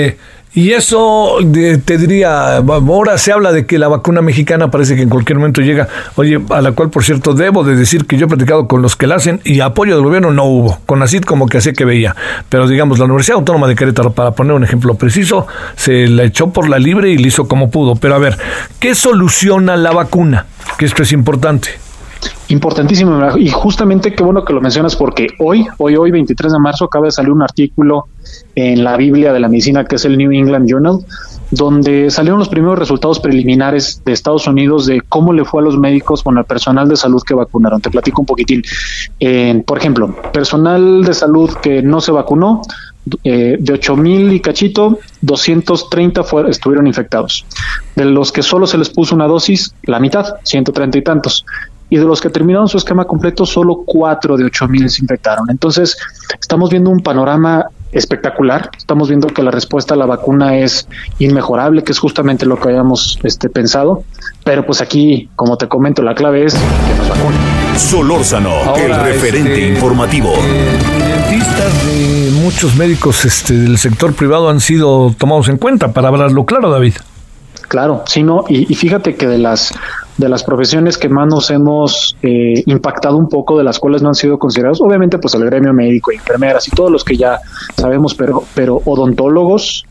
y eso te diría, ahora se habla de que la vacuna mexicana parece que en cualquier momento llega, oye, a la cual por cierto debo de decir que yo he platicado con los que la hacen y apoyo del gobierno no hubo, con CONACYT como que hacía que veía, pero digamos la Universidad Autónoma de Querétaro, para poner un ejemplo preciso, se la echó por la libre y le hizo como pudo, pero a ver, ¿qué soluciona la vacuna? Que esto es importante. Importantísimo, y justamente qué bueno que lo mencionas, porque hoy 23 de marzo acaba de salir un artículo en la Biblia de la medicina, que es el New England Journal, donde salieron los primeros resultados preliminares de Estados Unidos de cómo le fue a los médicos con el personal de salud que vacunaron. Te platico un poquitín. Por ejemplo, personal de salud que no se vacunó, de 8,000 y cachito, 230 estuvieron infectados. De los que solo se les puso una dosis, la mitad, 130 y tantos. Y de los que terminaron su esquema completo, solo 4 de 8,000 se infectaron. Entonces, estamos viendo un panorama espectacular. Estamos viendo que la respuesta a la vacuna es inmejorable, que es justamente lo que habíamos pensado. Pero pues aquí, como te comento, la clave es que nos vacunen. Solórzano, ahora, el referente informativo. Dentistas de muchos médicos del sector privado han sido tomados en cuenta, para hablarlo claro, David. Claro, sí, no, y fíjate que de las profesiones que más nos hemos impactado un poco, de las cuales no han sido considerados, obviamente pues el gremio médico, enfermeras y todos los que ya sabemos, pero odontólogos,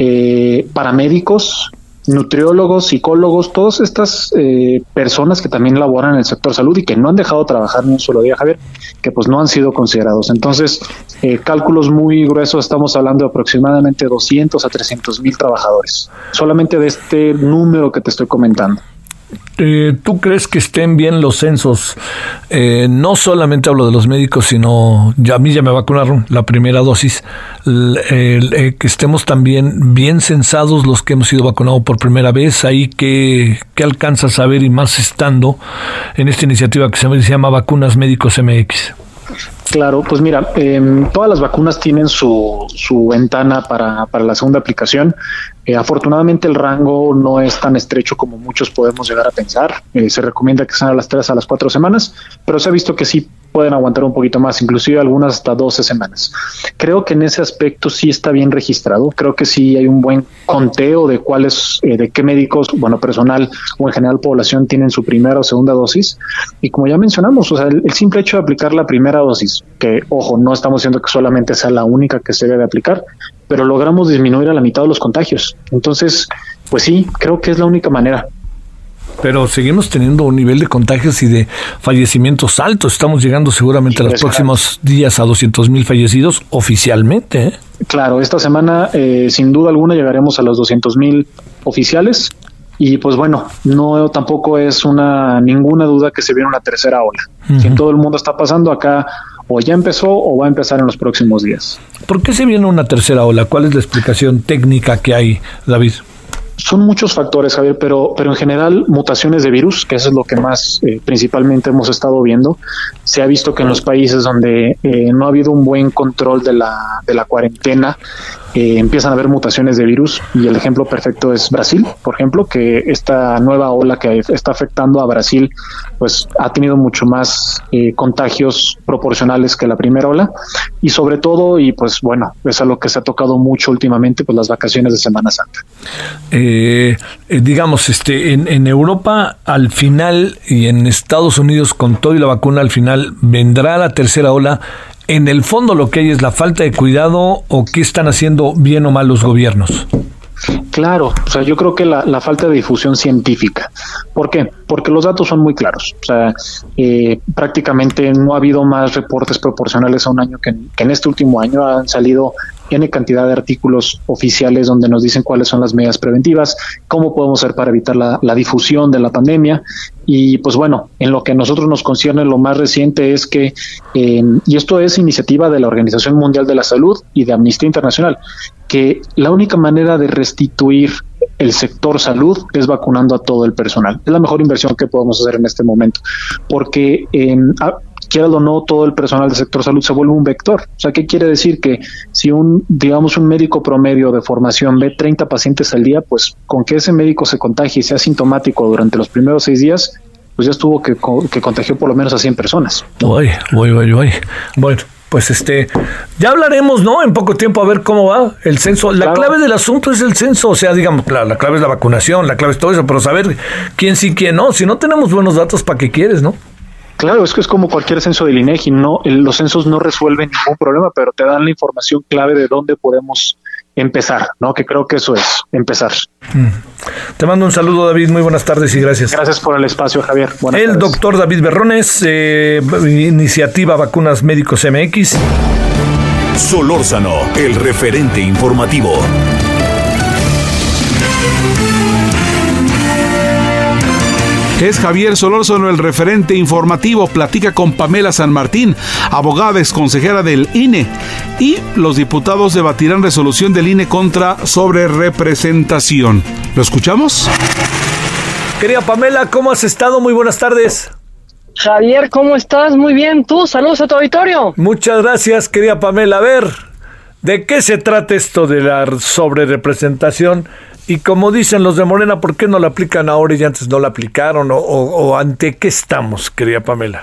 paramédicos, nutriólogos, psicólogos, todas estas personas que también laboran en el sector salud y que no han dejado de trabajar ni un solo día, Javier, que pues no han sido considerados. Entonces, cálculos muy gruesos, estamos hablando de aproximadamente 200 a 300,000 trabajadores, solamente de este número que te estoy comentando. ¿Tú crees que estén bien los censos? No solamente hablo de los médicos, sino a mí ya me vacunaron la primera dosis, que estemos también bien censados los que hemos sido vacunados por primera vez. Ahí ¿qué alcanzas a ver, y más estando en esta iniciativa que se llama Vacunas Médicos MX? Claro, pues mira, todas las vacunas tienen su ventana para la segunda aplicación. Afortunadamente el rango no es tan estrecho como muchos podemos llegar a pensar. Se recomienda que sean a las 3 a las 4 semanas, pero se ha visto que sí pueden aguantar un poquito más, inclusive algunas hasta 12 semanas. Creo que en ese aspecto sí está bien registrado. Creo que sí hay un buen conteo de cuáles, de qué médicos, personal o en general población tienen su primera o segunda dosis. Y como ya mencionamos, o sea, el simple hecho de aplicar la primera dosis, que ojo, no estamos diciendo que solamente sea la única que se debe aplicar, pero logramos disminuir a la mitad de los contagios. Entonces, pues sí, creo que es la única manera. Pero seguimos teniendo un nivel de contagios y de fallecimientos altos. Estamos llegando seguramente a los próximos días a 200,000 fallecidos oficialmente, ¿eh? Claro, esta semana sin duda alguna llegaremos a los 200,000 oficiales. Y pues bueno, no tampoco es ninguna duda que se viene una tercera ola. Uh-huh. Que en todo el mundo está pasando acá, o ya empezó o va a empezar en los próximos días. ¿Por qué se viene una tercera ola? ¿Cuál es la explicación técnica que hay, David? Son muchos factores, Javier, pero en general mutaciones de virus, que eso es lo que más principalmente hemos estado viendo. Se ha visto que en los países donde no ha habido un buen control de la cuarentena, empiezan a haber mutaciones de virus, y el ejemplo perfecto es Brasil, por ejemplo, que esta nueva ola que está afectando a Brasil pues ha tenido mucho más contagios proporcionales que la primera ola, y sobre todo, y pues bueno, es a lo que se ha tocado mucho últimamente, pues las vacaciones de Semana Santa. Digamos, en Europa al final, y en Estados Unidos con todo y la vacuna al final, vendrá la tercera ola. En el fondo lo que hay es la falta de cuidado, o qué están haciendo bien o mal los gobiernos. Claro, o sea, yo creo que la falta de difusión científica. ¿Por qué? Porque los datos son muy claros. O sea, prácticamente no ha habido más reportes proporcionales a un año que en este último año. Han salido N cantidad de artículos oficiales donde nos dicen cuáles son las medidas preventivas, cómo podemos hacer para evitar la difusión de la pandemia. Y pues bueno, en lo que a nosotros nos concierne, lo más reciente es que, y esto es iniciativa de la Organización Mundial de la Salud y de Amnistía Internacional, que la única manera de restituir el sector salud es vacunando a todo el personal. Es la mejor inversión que podemos hacer en este momento, porque quiera o no, todo el personal del sector salud se vuelve un vector. O sea, ¿qué quiere decir? Que si un médico promedio de formación ve 30 pacientes al día, pues con que ese médico se contagie y sea asintomático durante los primeros 6 días, pues ya estuvo que contagió por lo menos a 100 personas. Bueno, pues ya hablaremos, ¿no? En poco tiempo a ver cómo va el censo. La clave del asunto es el censo, o sea, digamos, la clave es la vacunación, la clave es todo eso, pero saber quién sí, quién no. Si no tenemos buenos datos, ¿para qué quieres, no? Claro, es que es como cualquier censo del INEGI, los censos no resuelven ningún problema, pero te dan la información clave de dónde podemos empezar, ¿no? Que creo que eso es, empezar. Te mando un saludo, David, muy buenas tardes y gracias. Gracias por el espacio, Javier. Buenas tardes. El doctor David Berrones, Iniciativa Vacunas Médicos MX. Solórzano, el referente informativo. Es Javier Solórzano, el referente informativo. Platica con Pamela San Martín, abogada exconsejera del INE. Y los diputados debatirán resolución del INE contra sobrerepresentación. ¿Lo escuchamos? Querida Pamela, ¿cómo has estado? Muy buenas tardes. Javier, ¿cómo estás? Muy bien, ¿tú? Saludos a tu auditorio. Muchas gracias, querida Pamela. A ver, ¿de qué se trata esto de la sobrerepresentación? Y como dicen los de Morena, ¿por qué no la aplican ahora y antes no la aplicaron? ¿O ante qué estamos, querida Pamela?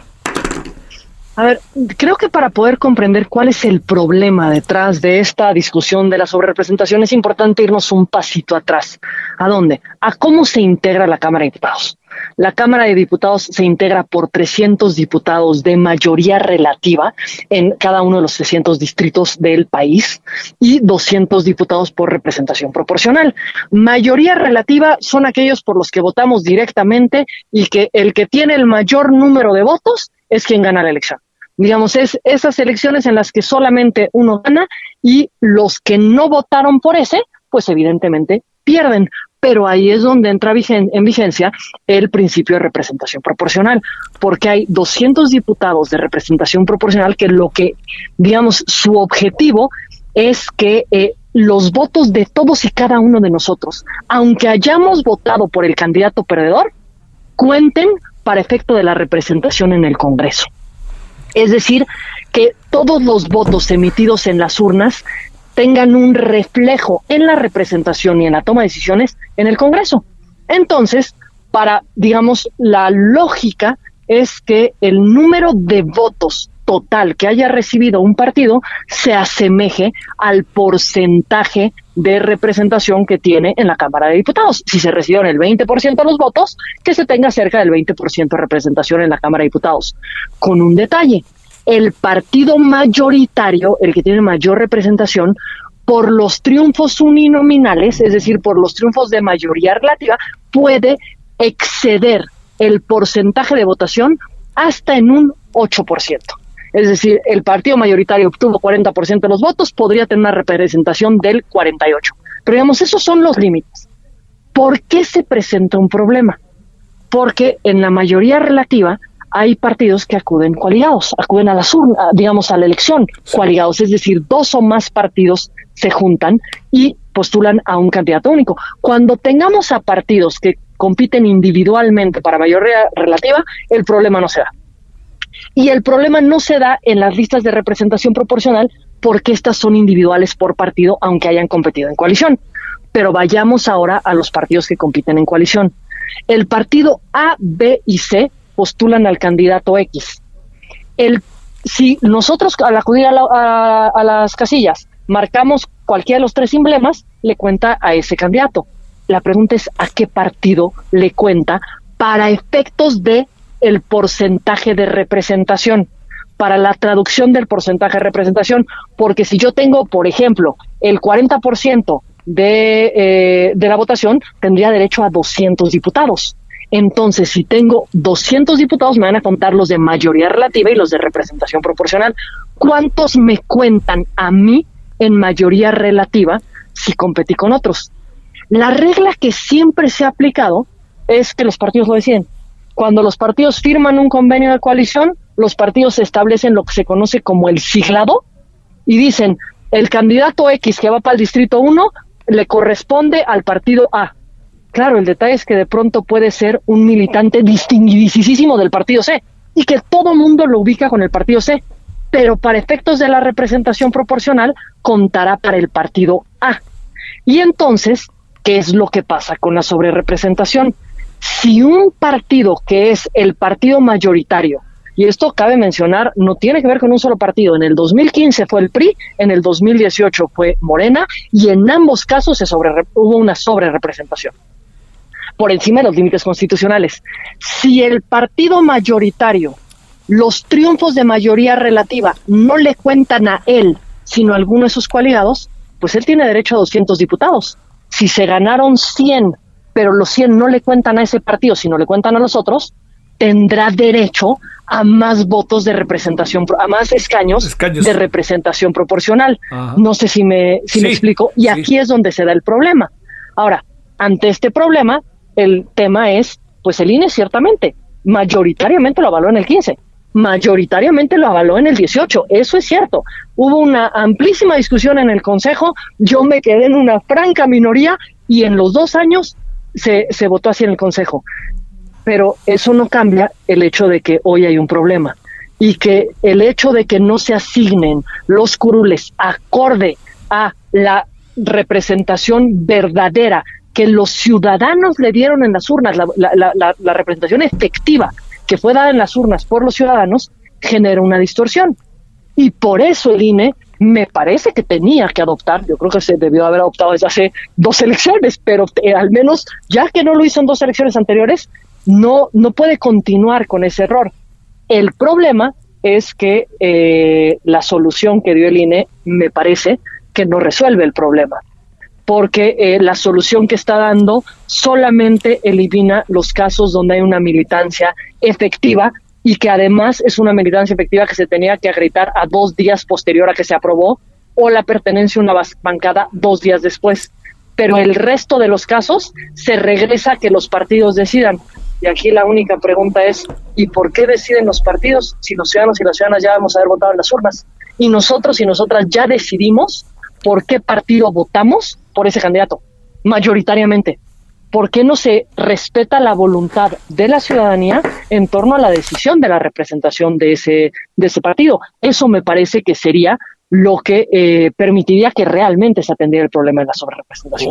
A ver, creo que para poder comprender cuál es el problema detrás de esta discusión de la sobrerepresentación es importante irnos un pasito atrás. ¿A dónde? A cómo se integra la Cámara de Diputados. La Cámara de Diputados se integra por 300 diputados de mayoría relativa en cada uno de los 300 distritos del país y 200 diputados por representación proporcional. Mayoría relativa son aquellos por los que votamos directamente y que el que tiene el mayor número de votos es quien gana la elección. Digamos, es esas elecciones en las que solamente uno gana y los que no votaron por ese, pues evidentemente pierden. Pero ahí es donde entra en vigencia el principio de representación proporcional, porque hay 200 diputados de representación proporcional que digamos, su objetivo es que los votos de todos y cada uno de nosotros, aunque hayamos votado por el candidato perdedor, cuenten para efecto de la representación en el Congreso. Es decir, que todos los votos emitidos en las urnas tengan un reflejo en la representación y en la toma de decisiones en el Congreso. Entonces, digamos, la lógica es que el número de votos total que haya recibido un partido se asemeje al porcentaje de representación que tiene en la Cámara de Diputados. Si se recibieron el 20% de los votos, que se tenga cerca del 20% de representación en la Cámara de Diputados. Con un detalle: el partido mayoritario, el que tiene mayor representación, por los triunfos uninominales, es decir, por los triunfos de mayoría relativa, puede exceder el porcentaje de votación hasta en un 8%. Es decir, el partido mayoritario obtuvo 40% de los votos, podría tener una representación del 48%. Pero digamos, esos son los límites. ¿Por qué se presenta un problema? Porque en la mayoría relativa hay partidos que acuden coaligados, acuden a las urnas, digamos, a la elección coaligados, es decir, 2 o más partidos se juntan y postulan a un candidato único. Cuando tengamos a partidos que compiten individualmente para mayoría relativa, el problema no se da. Y el problema no se da en las listas de representación proporcional porque estas son individuales por partido, aunque hayan competido en coalición. Pero vayamos ahora a los partidos que compiten en coalición. El partido A, B y C postulan al candidato X. Si nosotros al acudir a las casillas marcamos cualquiera de los 3 emblemas, le cuenta a ese candidato. La pregunta es ¿a qué partido le cuenta para efectos de el porcentaje de representación? Para la traducción del porcentaje de representación, porque si yo tengo, por ejemplo, el 40% de la votación, tendría derecho a 200 diputados. Entonces, si tengo 200 diputados, me van a contar los de mayoría relativa y los de representación proporcional. ¿Cuántos me cuentan a mí en mayoría relativa si competí con otros. La regla que siempre se ha aplicado es que los partidos lo deciden. Cuando los partidos firman un convenio de coalición, los partidos establecen lo que se conoce como el siglado y dicen, el candidato X que va para el distrito 1 le corresponde al partido A. Claro, el detalle es que de pronto puede ser un militante distinguidísimo del partido C y que todo mundo lo ubica con el partido C, pero para efectos de la representación proporcional contará para el partido A. Y entonces, ¿qué es lo que pasa con la sobrerepresentación? Si un partido que es el partido mayoritario, y esto cabe mencionar, no tiene que ver con un solo partido, en el 2015 fue el PRI, en el 2018 fue Morena, y en ambos casos hubo una sobrerepresentación por encima de los límites constitucionales. Si el partido mayoritario, los triunfos de mayoría relativa no le cuentan a él, sino a alguno de sus coaligados, pues él tiene derecho a 200 diputados. Si se ganaron 100, pero los 100 no le cuentan a ese partido, sino le cuentan a los otros, tendrá derecho a más votos de representación, a más escaños. De representación proporcional. Ajá. No sé si me explico. Y aquí es donde se da el problema. Ahora, ante este problema, el tema es, pues el INE ciertamente, mayoritariamente lo avaló en el 15, mayoritariamente lo avaló en el 18, eso es cierto. Hubo una amplísima discusión en el Consejo, yo me quedé en una franca minoría y en los 2 años se votó así en el Consejo. Pero eso no cambia el hecho de que hoy hay un problema y que el hecho de que no se asignen los curules acorde a la representación verdadera que los ciudadanos le dieron en las urnas, la representación efectiva que fue dada en las urnas por los ciudadanos, genera una distorsión. Y por eso el INE me parece que tenía que adoptar, yo creo que se debió haber adoptado desde hace 2 elecciones, pero al menos ya que no lo hizo en 2 elecciones anteriores, no puede continuar con ese error. El problema es que la solución que dio el INE me parece que no resuelve el problema, porque la solución que está dando solamente elimina los casos donde hay una militancia efectiva y que además es una militancia efectiva que se tenía que acreditar a 2 días posterior a que se aprobó o la pertenencia a una bancada 2 días después. Pero el resto de los casos se regresa a que los partidos decidan. Y aquí la única pregunta es, ¿y por qué deciden los partidos si los ciudadanos y las ciudadanas ya vamos a haber votado en las urnas? Y nosotros y nosotras ya decidimos por qué partido votamos por ese candidato, mayoritariamente. ¿Por qué no se respeta la voluntad de la ciudadanía en torno a la decisión de la representación de ese partido? Eso me parece que sería lo que permitiría que realmente se atendiera el problema de la sobrerepresentación.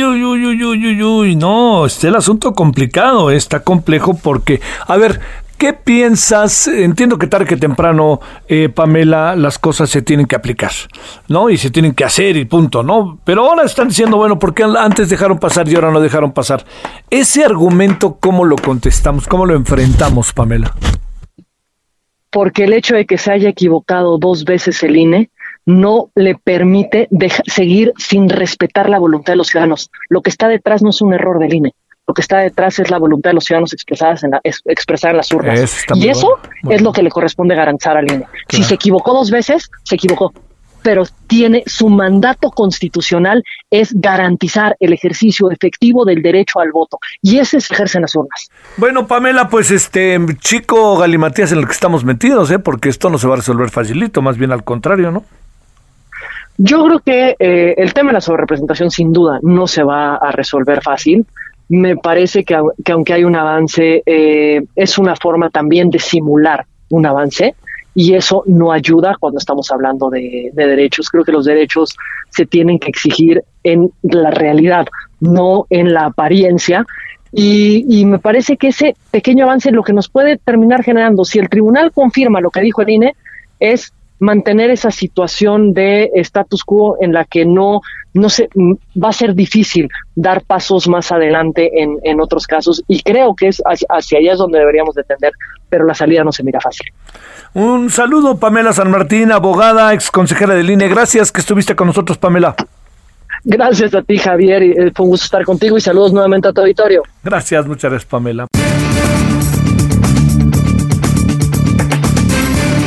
No, está el asunto complicado, está complejo porque, a ver, ¿qué piensas? Entiendo que tarde que temprano, Pamela, las cosas se tienen que aplicar, ¿no? Y se tienen que hacer y punto, ¿no? Pero ahora están diciendo, bueno, ¿por qué antes dejaron pasar y ahora no dejaron pasar? Ese argumento, ¿cómo lo contestamos? ¿Cómo lo enfrentamos, Pamela? Porque el hecho de que se haya equivocado 2 veces el INE no le permite seguir sin respetar la voluntad de los ciudadanos. Lo que está detrás no es un error del INE. Lo que está detrás es la voluntad de los ciudadanos expresada en las urnas. Y eso es lo que le corresponde garantizar al INE. Claro. Si se equivocó 2 veces, se equivocó. Pero su mandato constitucional es garantizar el ejercicio efectivo del derecho al voto. Y ese se ejerce en las urnas. Bueno, Pamela, pues chico galimatías en el que estamos metidos, porque esto no se va a resolver facilito, más bien al contrario, ¿no? Yo creo que el tema de la sobrerepresentación sin duda no se va a resolver fácil. Me parece que aunque hay un avance, es una forma también de simular un avance y eso no ayuda cuando estamos hablando de derechos. Creo que los derechos se tienen que exigir en la realidad, no en la apariencia. Y me parece que ese pequeño avance lo que nos puede terminar generando, si el tribunal confirma lo que dijo el INE, es mantener esa situación de status quo en la que no se va a ser difícil dar pasos más adelante en otros casos, y creo que es hacia allá es donde deberíamos de tender, pero la salida no se mira fácil. Un saludo, Pamela San Martín, abogada, ex consejera del INE. Gracias que estuviste con nosotros, Pamela. Gracias a ti, Javier, y fue un gusto estar contigo y saludos nuevamente a tu auditorio. Gracias, muchas gracias, Pamela.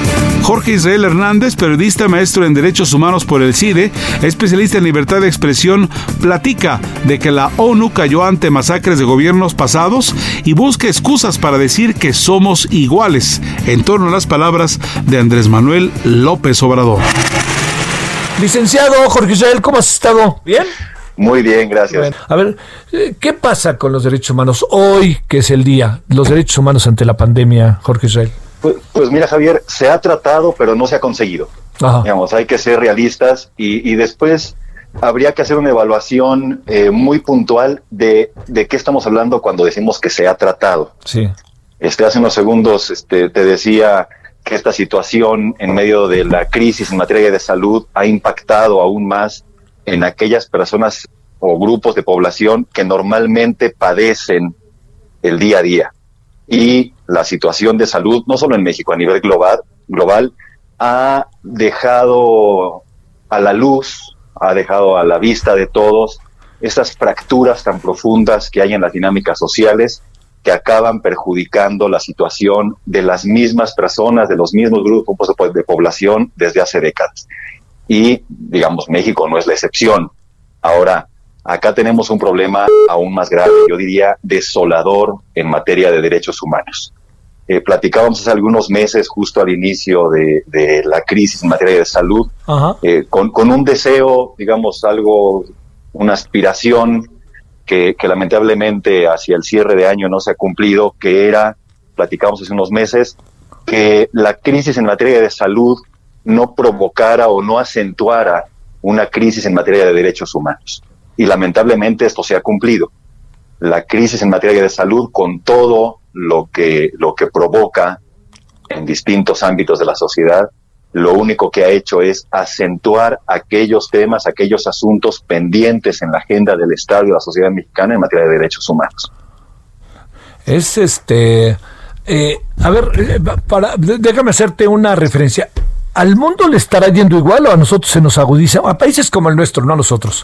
Jorge Israel Hernández, periodista, maestro en Derechos Humanos por el CIDE, especialista en libertad de expresión, platica de que la ONU cayó ante masacres de gobiernos pasados y busca excusas para decir que somos iguales, en torno a las palabras de Andrés Manuel López Obrador. Licenciado Jorge Israel, ¿cómo has estado? ¿Bien? Muy bien, gracias. Bueno, a ver, ¿qué pasa con los derechos humanos hoy, que es el día? Los derechos humanos ante la pandemia, Jorge Israel. Pues mira, Javier, se ha tratado, pero no se ha conseguido. Ajá. Digamos, hay que ser realistas y después habría que hacer una evaluación muy puntual de qué estamos hablando cuando decimos que se ha tratado. Sí. Hace unos segundos te decía que esta situación en medio de la crisis en materia de salud ha impactado aún más en aquellas personas o grupos de población que normalmente padecen el día a día. Y la situación de salud, no solo en México, a nivel global, ha dejado a la luz, ha dejado a la vista de todos esas fracturas tan profundas que hay en las dinámicas sociales que acaban perjudicando la situación de las mismas personas, de los mismos grupos de población desde hace décadas. Y, digamos, México no es la excepción. Ahora, acá tenemos un problema aún más grave, yo diría desolador en materia de derechos humanos. Platicábamos hace algunos meses, justo al inicio de la crisis en materia de salud, con un deseo, digamos, una aspiración que lamentablemente hacia el cierre de año no se ha cumplido, que era, platicábamos hace unos meses, que la crisis en materia de salud no provocara o no acentuara una crisis en materia de derechos humanos. Y lamentablemente esto se ha cumplido. La crisis en materia de salud, con todo lo que provoca en distintos ámbitos de la sociedad, lo único que ha hecho es acentuar aquellos temas, aquellos asuntos pendientes en la agenda del Estado y de la sociedad mexicana en materia de derechos humanos. Déjame hacerte una referencia. ¿Al mundo le estará yendo igual o a nosotros se nos agudiza? A países como el nuestro, no a nosotros.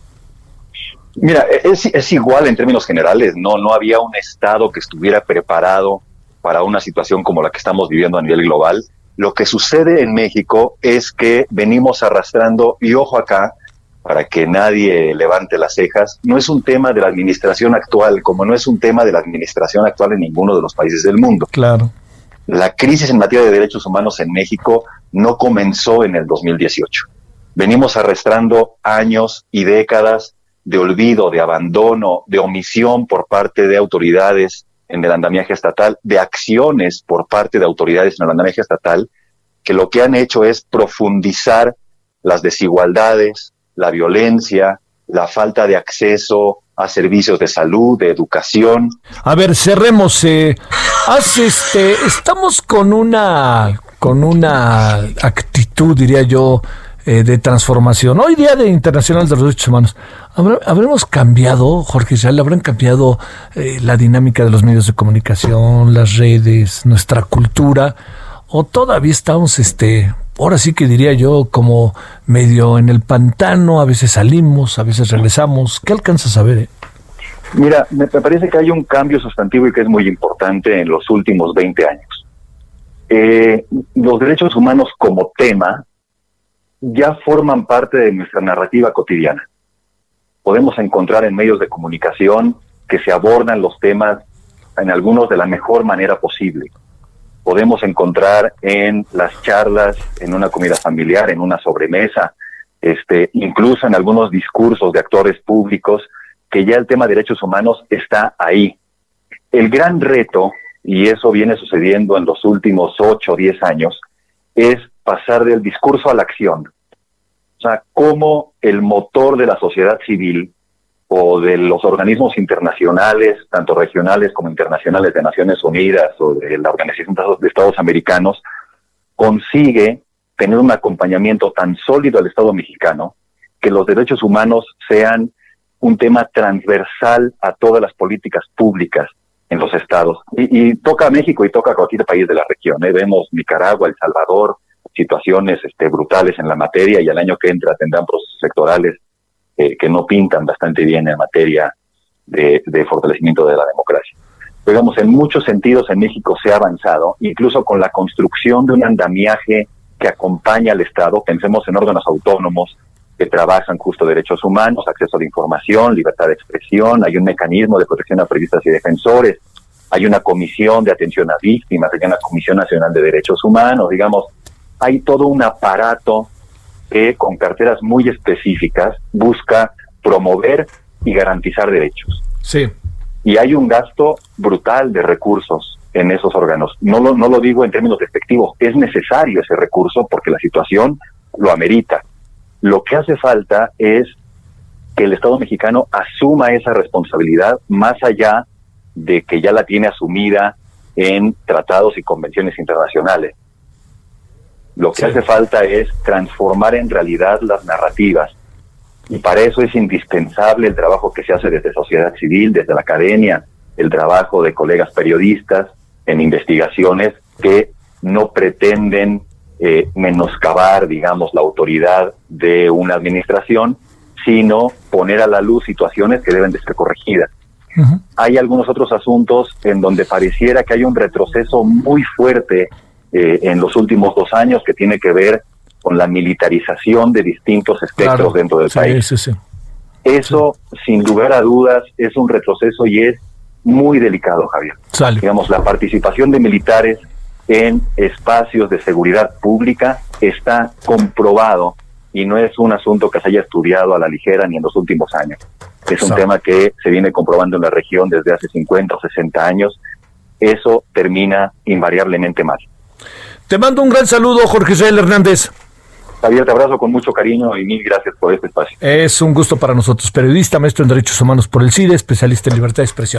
Mira, es igual en términos generales. No había un Estado que estuviera preparado para una situación como la que estamos viviendo a nivel global. Lo que sucede en México es que venimos arrastrando, y ojo acá, para que nadie levante las cejas, no es un tema de la administración actual, como no es un tema de la administración actual en ninguno de los países del mundo. Claro. La crisis en materia de derechos humanos en México no comenzó en el 2018. Venimos arrastrando años y décadas de olvido, de abandono, de omisión por parte de autoridades en el andamiaje estatal, de acciones por parte de autoridades en el andamiaje estatal, que lo que han hecho es profundizar las desigualdades, la violencia, la falta de acceso a servicios de salud, de educación. A ver, cerremos. Estamos con una actitud, diría yo, de transformación. Hoy Día de Internacional de los Derechos Humanos. ¿Habremos cambiado, Jorge Israel? ¿Habrán cambiado la dinámica de los medios de comunicación, las redes, nuestra cultura? ¿O todavía estamos, ahora sí que diría yo, como medio en el pantano? A veces salimos, a veces regresamos. ¿Qué alcanzas a ver? Mira, me parece que hay un cambio sustantivo y que es muy importante en los últimos 20 años. Los derechos humanos como tema ya forman parte de nuestra narrativa cotidiana. Podemos encontrar en medios de comunicación que se abordan los temas en algunos de la mejor manera posible. Podemos encontrar en las charlas, en una comida familiar, en una sobremesa, incluso en algunos discursos de actores públicos, que ya el tema de derechos humanos está ahí. El gran reto, y eso viene sucediendo en los últimos 8 o 10 años, es pasar del discurso a la acción. O sea, cómo el motor de la sociedad civil o de los organismos internacionales, tanto regionales como internacionales de Naciones Unidas o de la Organización de Estados Americanos, consigue tener un acompañamiento tan sólido al Estado mexicano que los derechos humanos sean un tema transversal a todas las políticas públicas en los estados. Y toca a México y toca a cualquier país de la región. Vemos Nicaragua, El Salvador, situaciones brutales en la materia, y el año que entra tendrán procesos electorales que no pintan bastante bien en materia de fortalecimiento de la democracia. digamos, en muchos sentidos en México se ha avanzado, incluso con la construcción de un andamiaje que acompaña al Estado. Pensemos en órganos autónomos que trabajan justo derechos humanos, acceso a la información, libertad de expresión, hay un mecanismo de protección a periodistas y defensores, hay una comisión de atención a víctimas, hay una Comisión Nacional de Derechos Humanos, digamos, hay todo un aparato que con carteras muy específicas busca promover y garantizar derechos. Sí. Y hay un gasto brutal de recursos en esos órganos. No lo digo en términos despectivos, es necesario ese recurso porque la situación lo amerita. Lo que hace falta es que el Estado mexicano asuma esa responsabilidad más allá de que ya la tiene asumida en tratados y convenciones internacionales. Lo que hace falta es transformar en realidad las narrativas, y para eso es indispensable el trabajo que se hace desde sociedad civil, desde la academia, el trabajo de colegas periodistas en investigaciones que no pretenden menoscabar, digamos, la autoridad de una administración, sino poner a la luz situaciones que deben de ser corregidas. Uh-huh. Hay algunos otros asuntos en donde pareciera que hay un retroceso muy fuerte en los últimos 2 años que tiene que ver con la militarización de distintos espectros dentro del país. Sí. Eso, sin lugar a dudas, es un retroceso y es muy delicado, Javier. Digamos, la participación de militares en espacios de seguridad pública está comprobado y no es un asunto que se haya estudiado a la ligera ni en los últimos años. Es un tema que se viene comprobando en la región desde hace 50 o 60 años. Eso termina invariablemente mal. Te mando un gran saludo, Jorge Israel Hernández. Javier, te abrazo con mucho cariño y mil gracias por este espacio. Es un gusto para nosotros. Periodista, maestro en Derechos Humanos por el CIDE, especialista en libertad de expresión.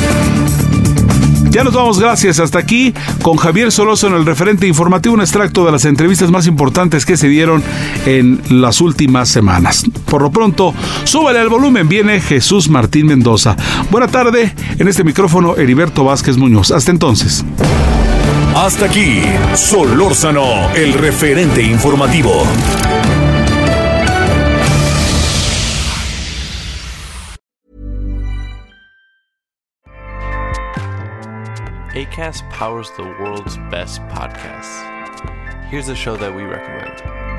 Ya nos vamos, gracias. Hasta aquí con Javier Solórzano, el referente informativo, un extracto de las entrevistas más importantes que se dieron en las últimas semanas. Por lo pronto, súbale al volumen, viene Jesús Martín Mendoza. Buena tarde, en este micrófono Heriberto Vázquez Muñoz. Hasta entonces. Hasta aquí, Solórzano, el referente informativo. Acast powers the world's best podcasts. Here's a show that we recommend.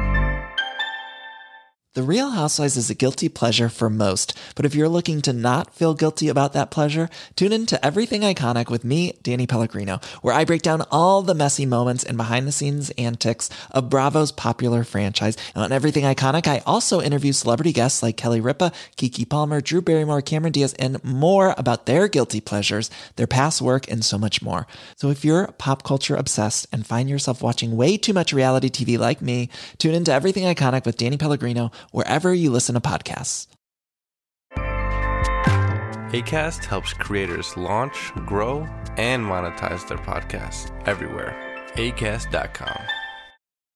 The Real Housewives is a guilty pleasure for most, but if you're looking to not feel guilty about that pleasure, tune in to Everything Iconic with me, Danny Pellegrino, where I break down all the messy moments and behind-the-scenes antics of Bravo's popular franchise. And on Everything Iconic, I also interview celebrity guests like Kelly Ripa, Keke Palmer, Drew Barrymore, Cameron Diaz, and more about their guilty pleasures, their past work, and so much more. So if you're pop culture obsessed and find yourself watching way too much reality TV like me, tune in to Everything Iconic with Danny Pellegrino, wherever you listen to podcasts. Acast helps creators launch, grow, and monetize their podcasts everywhere. Acast.com.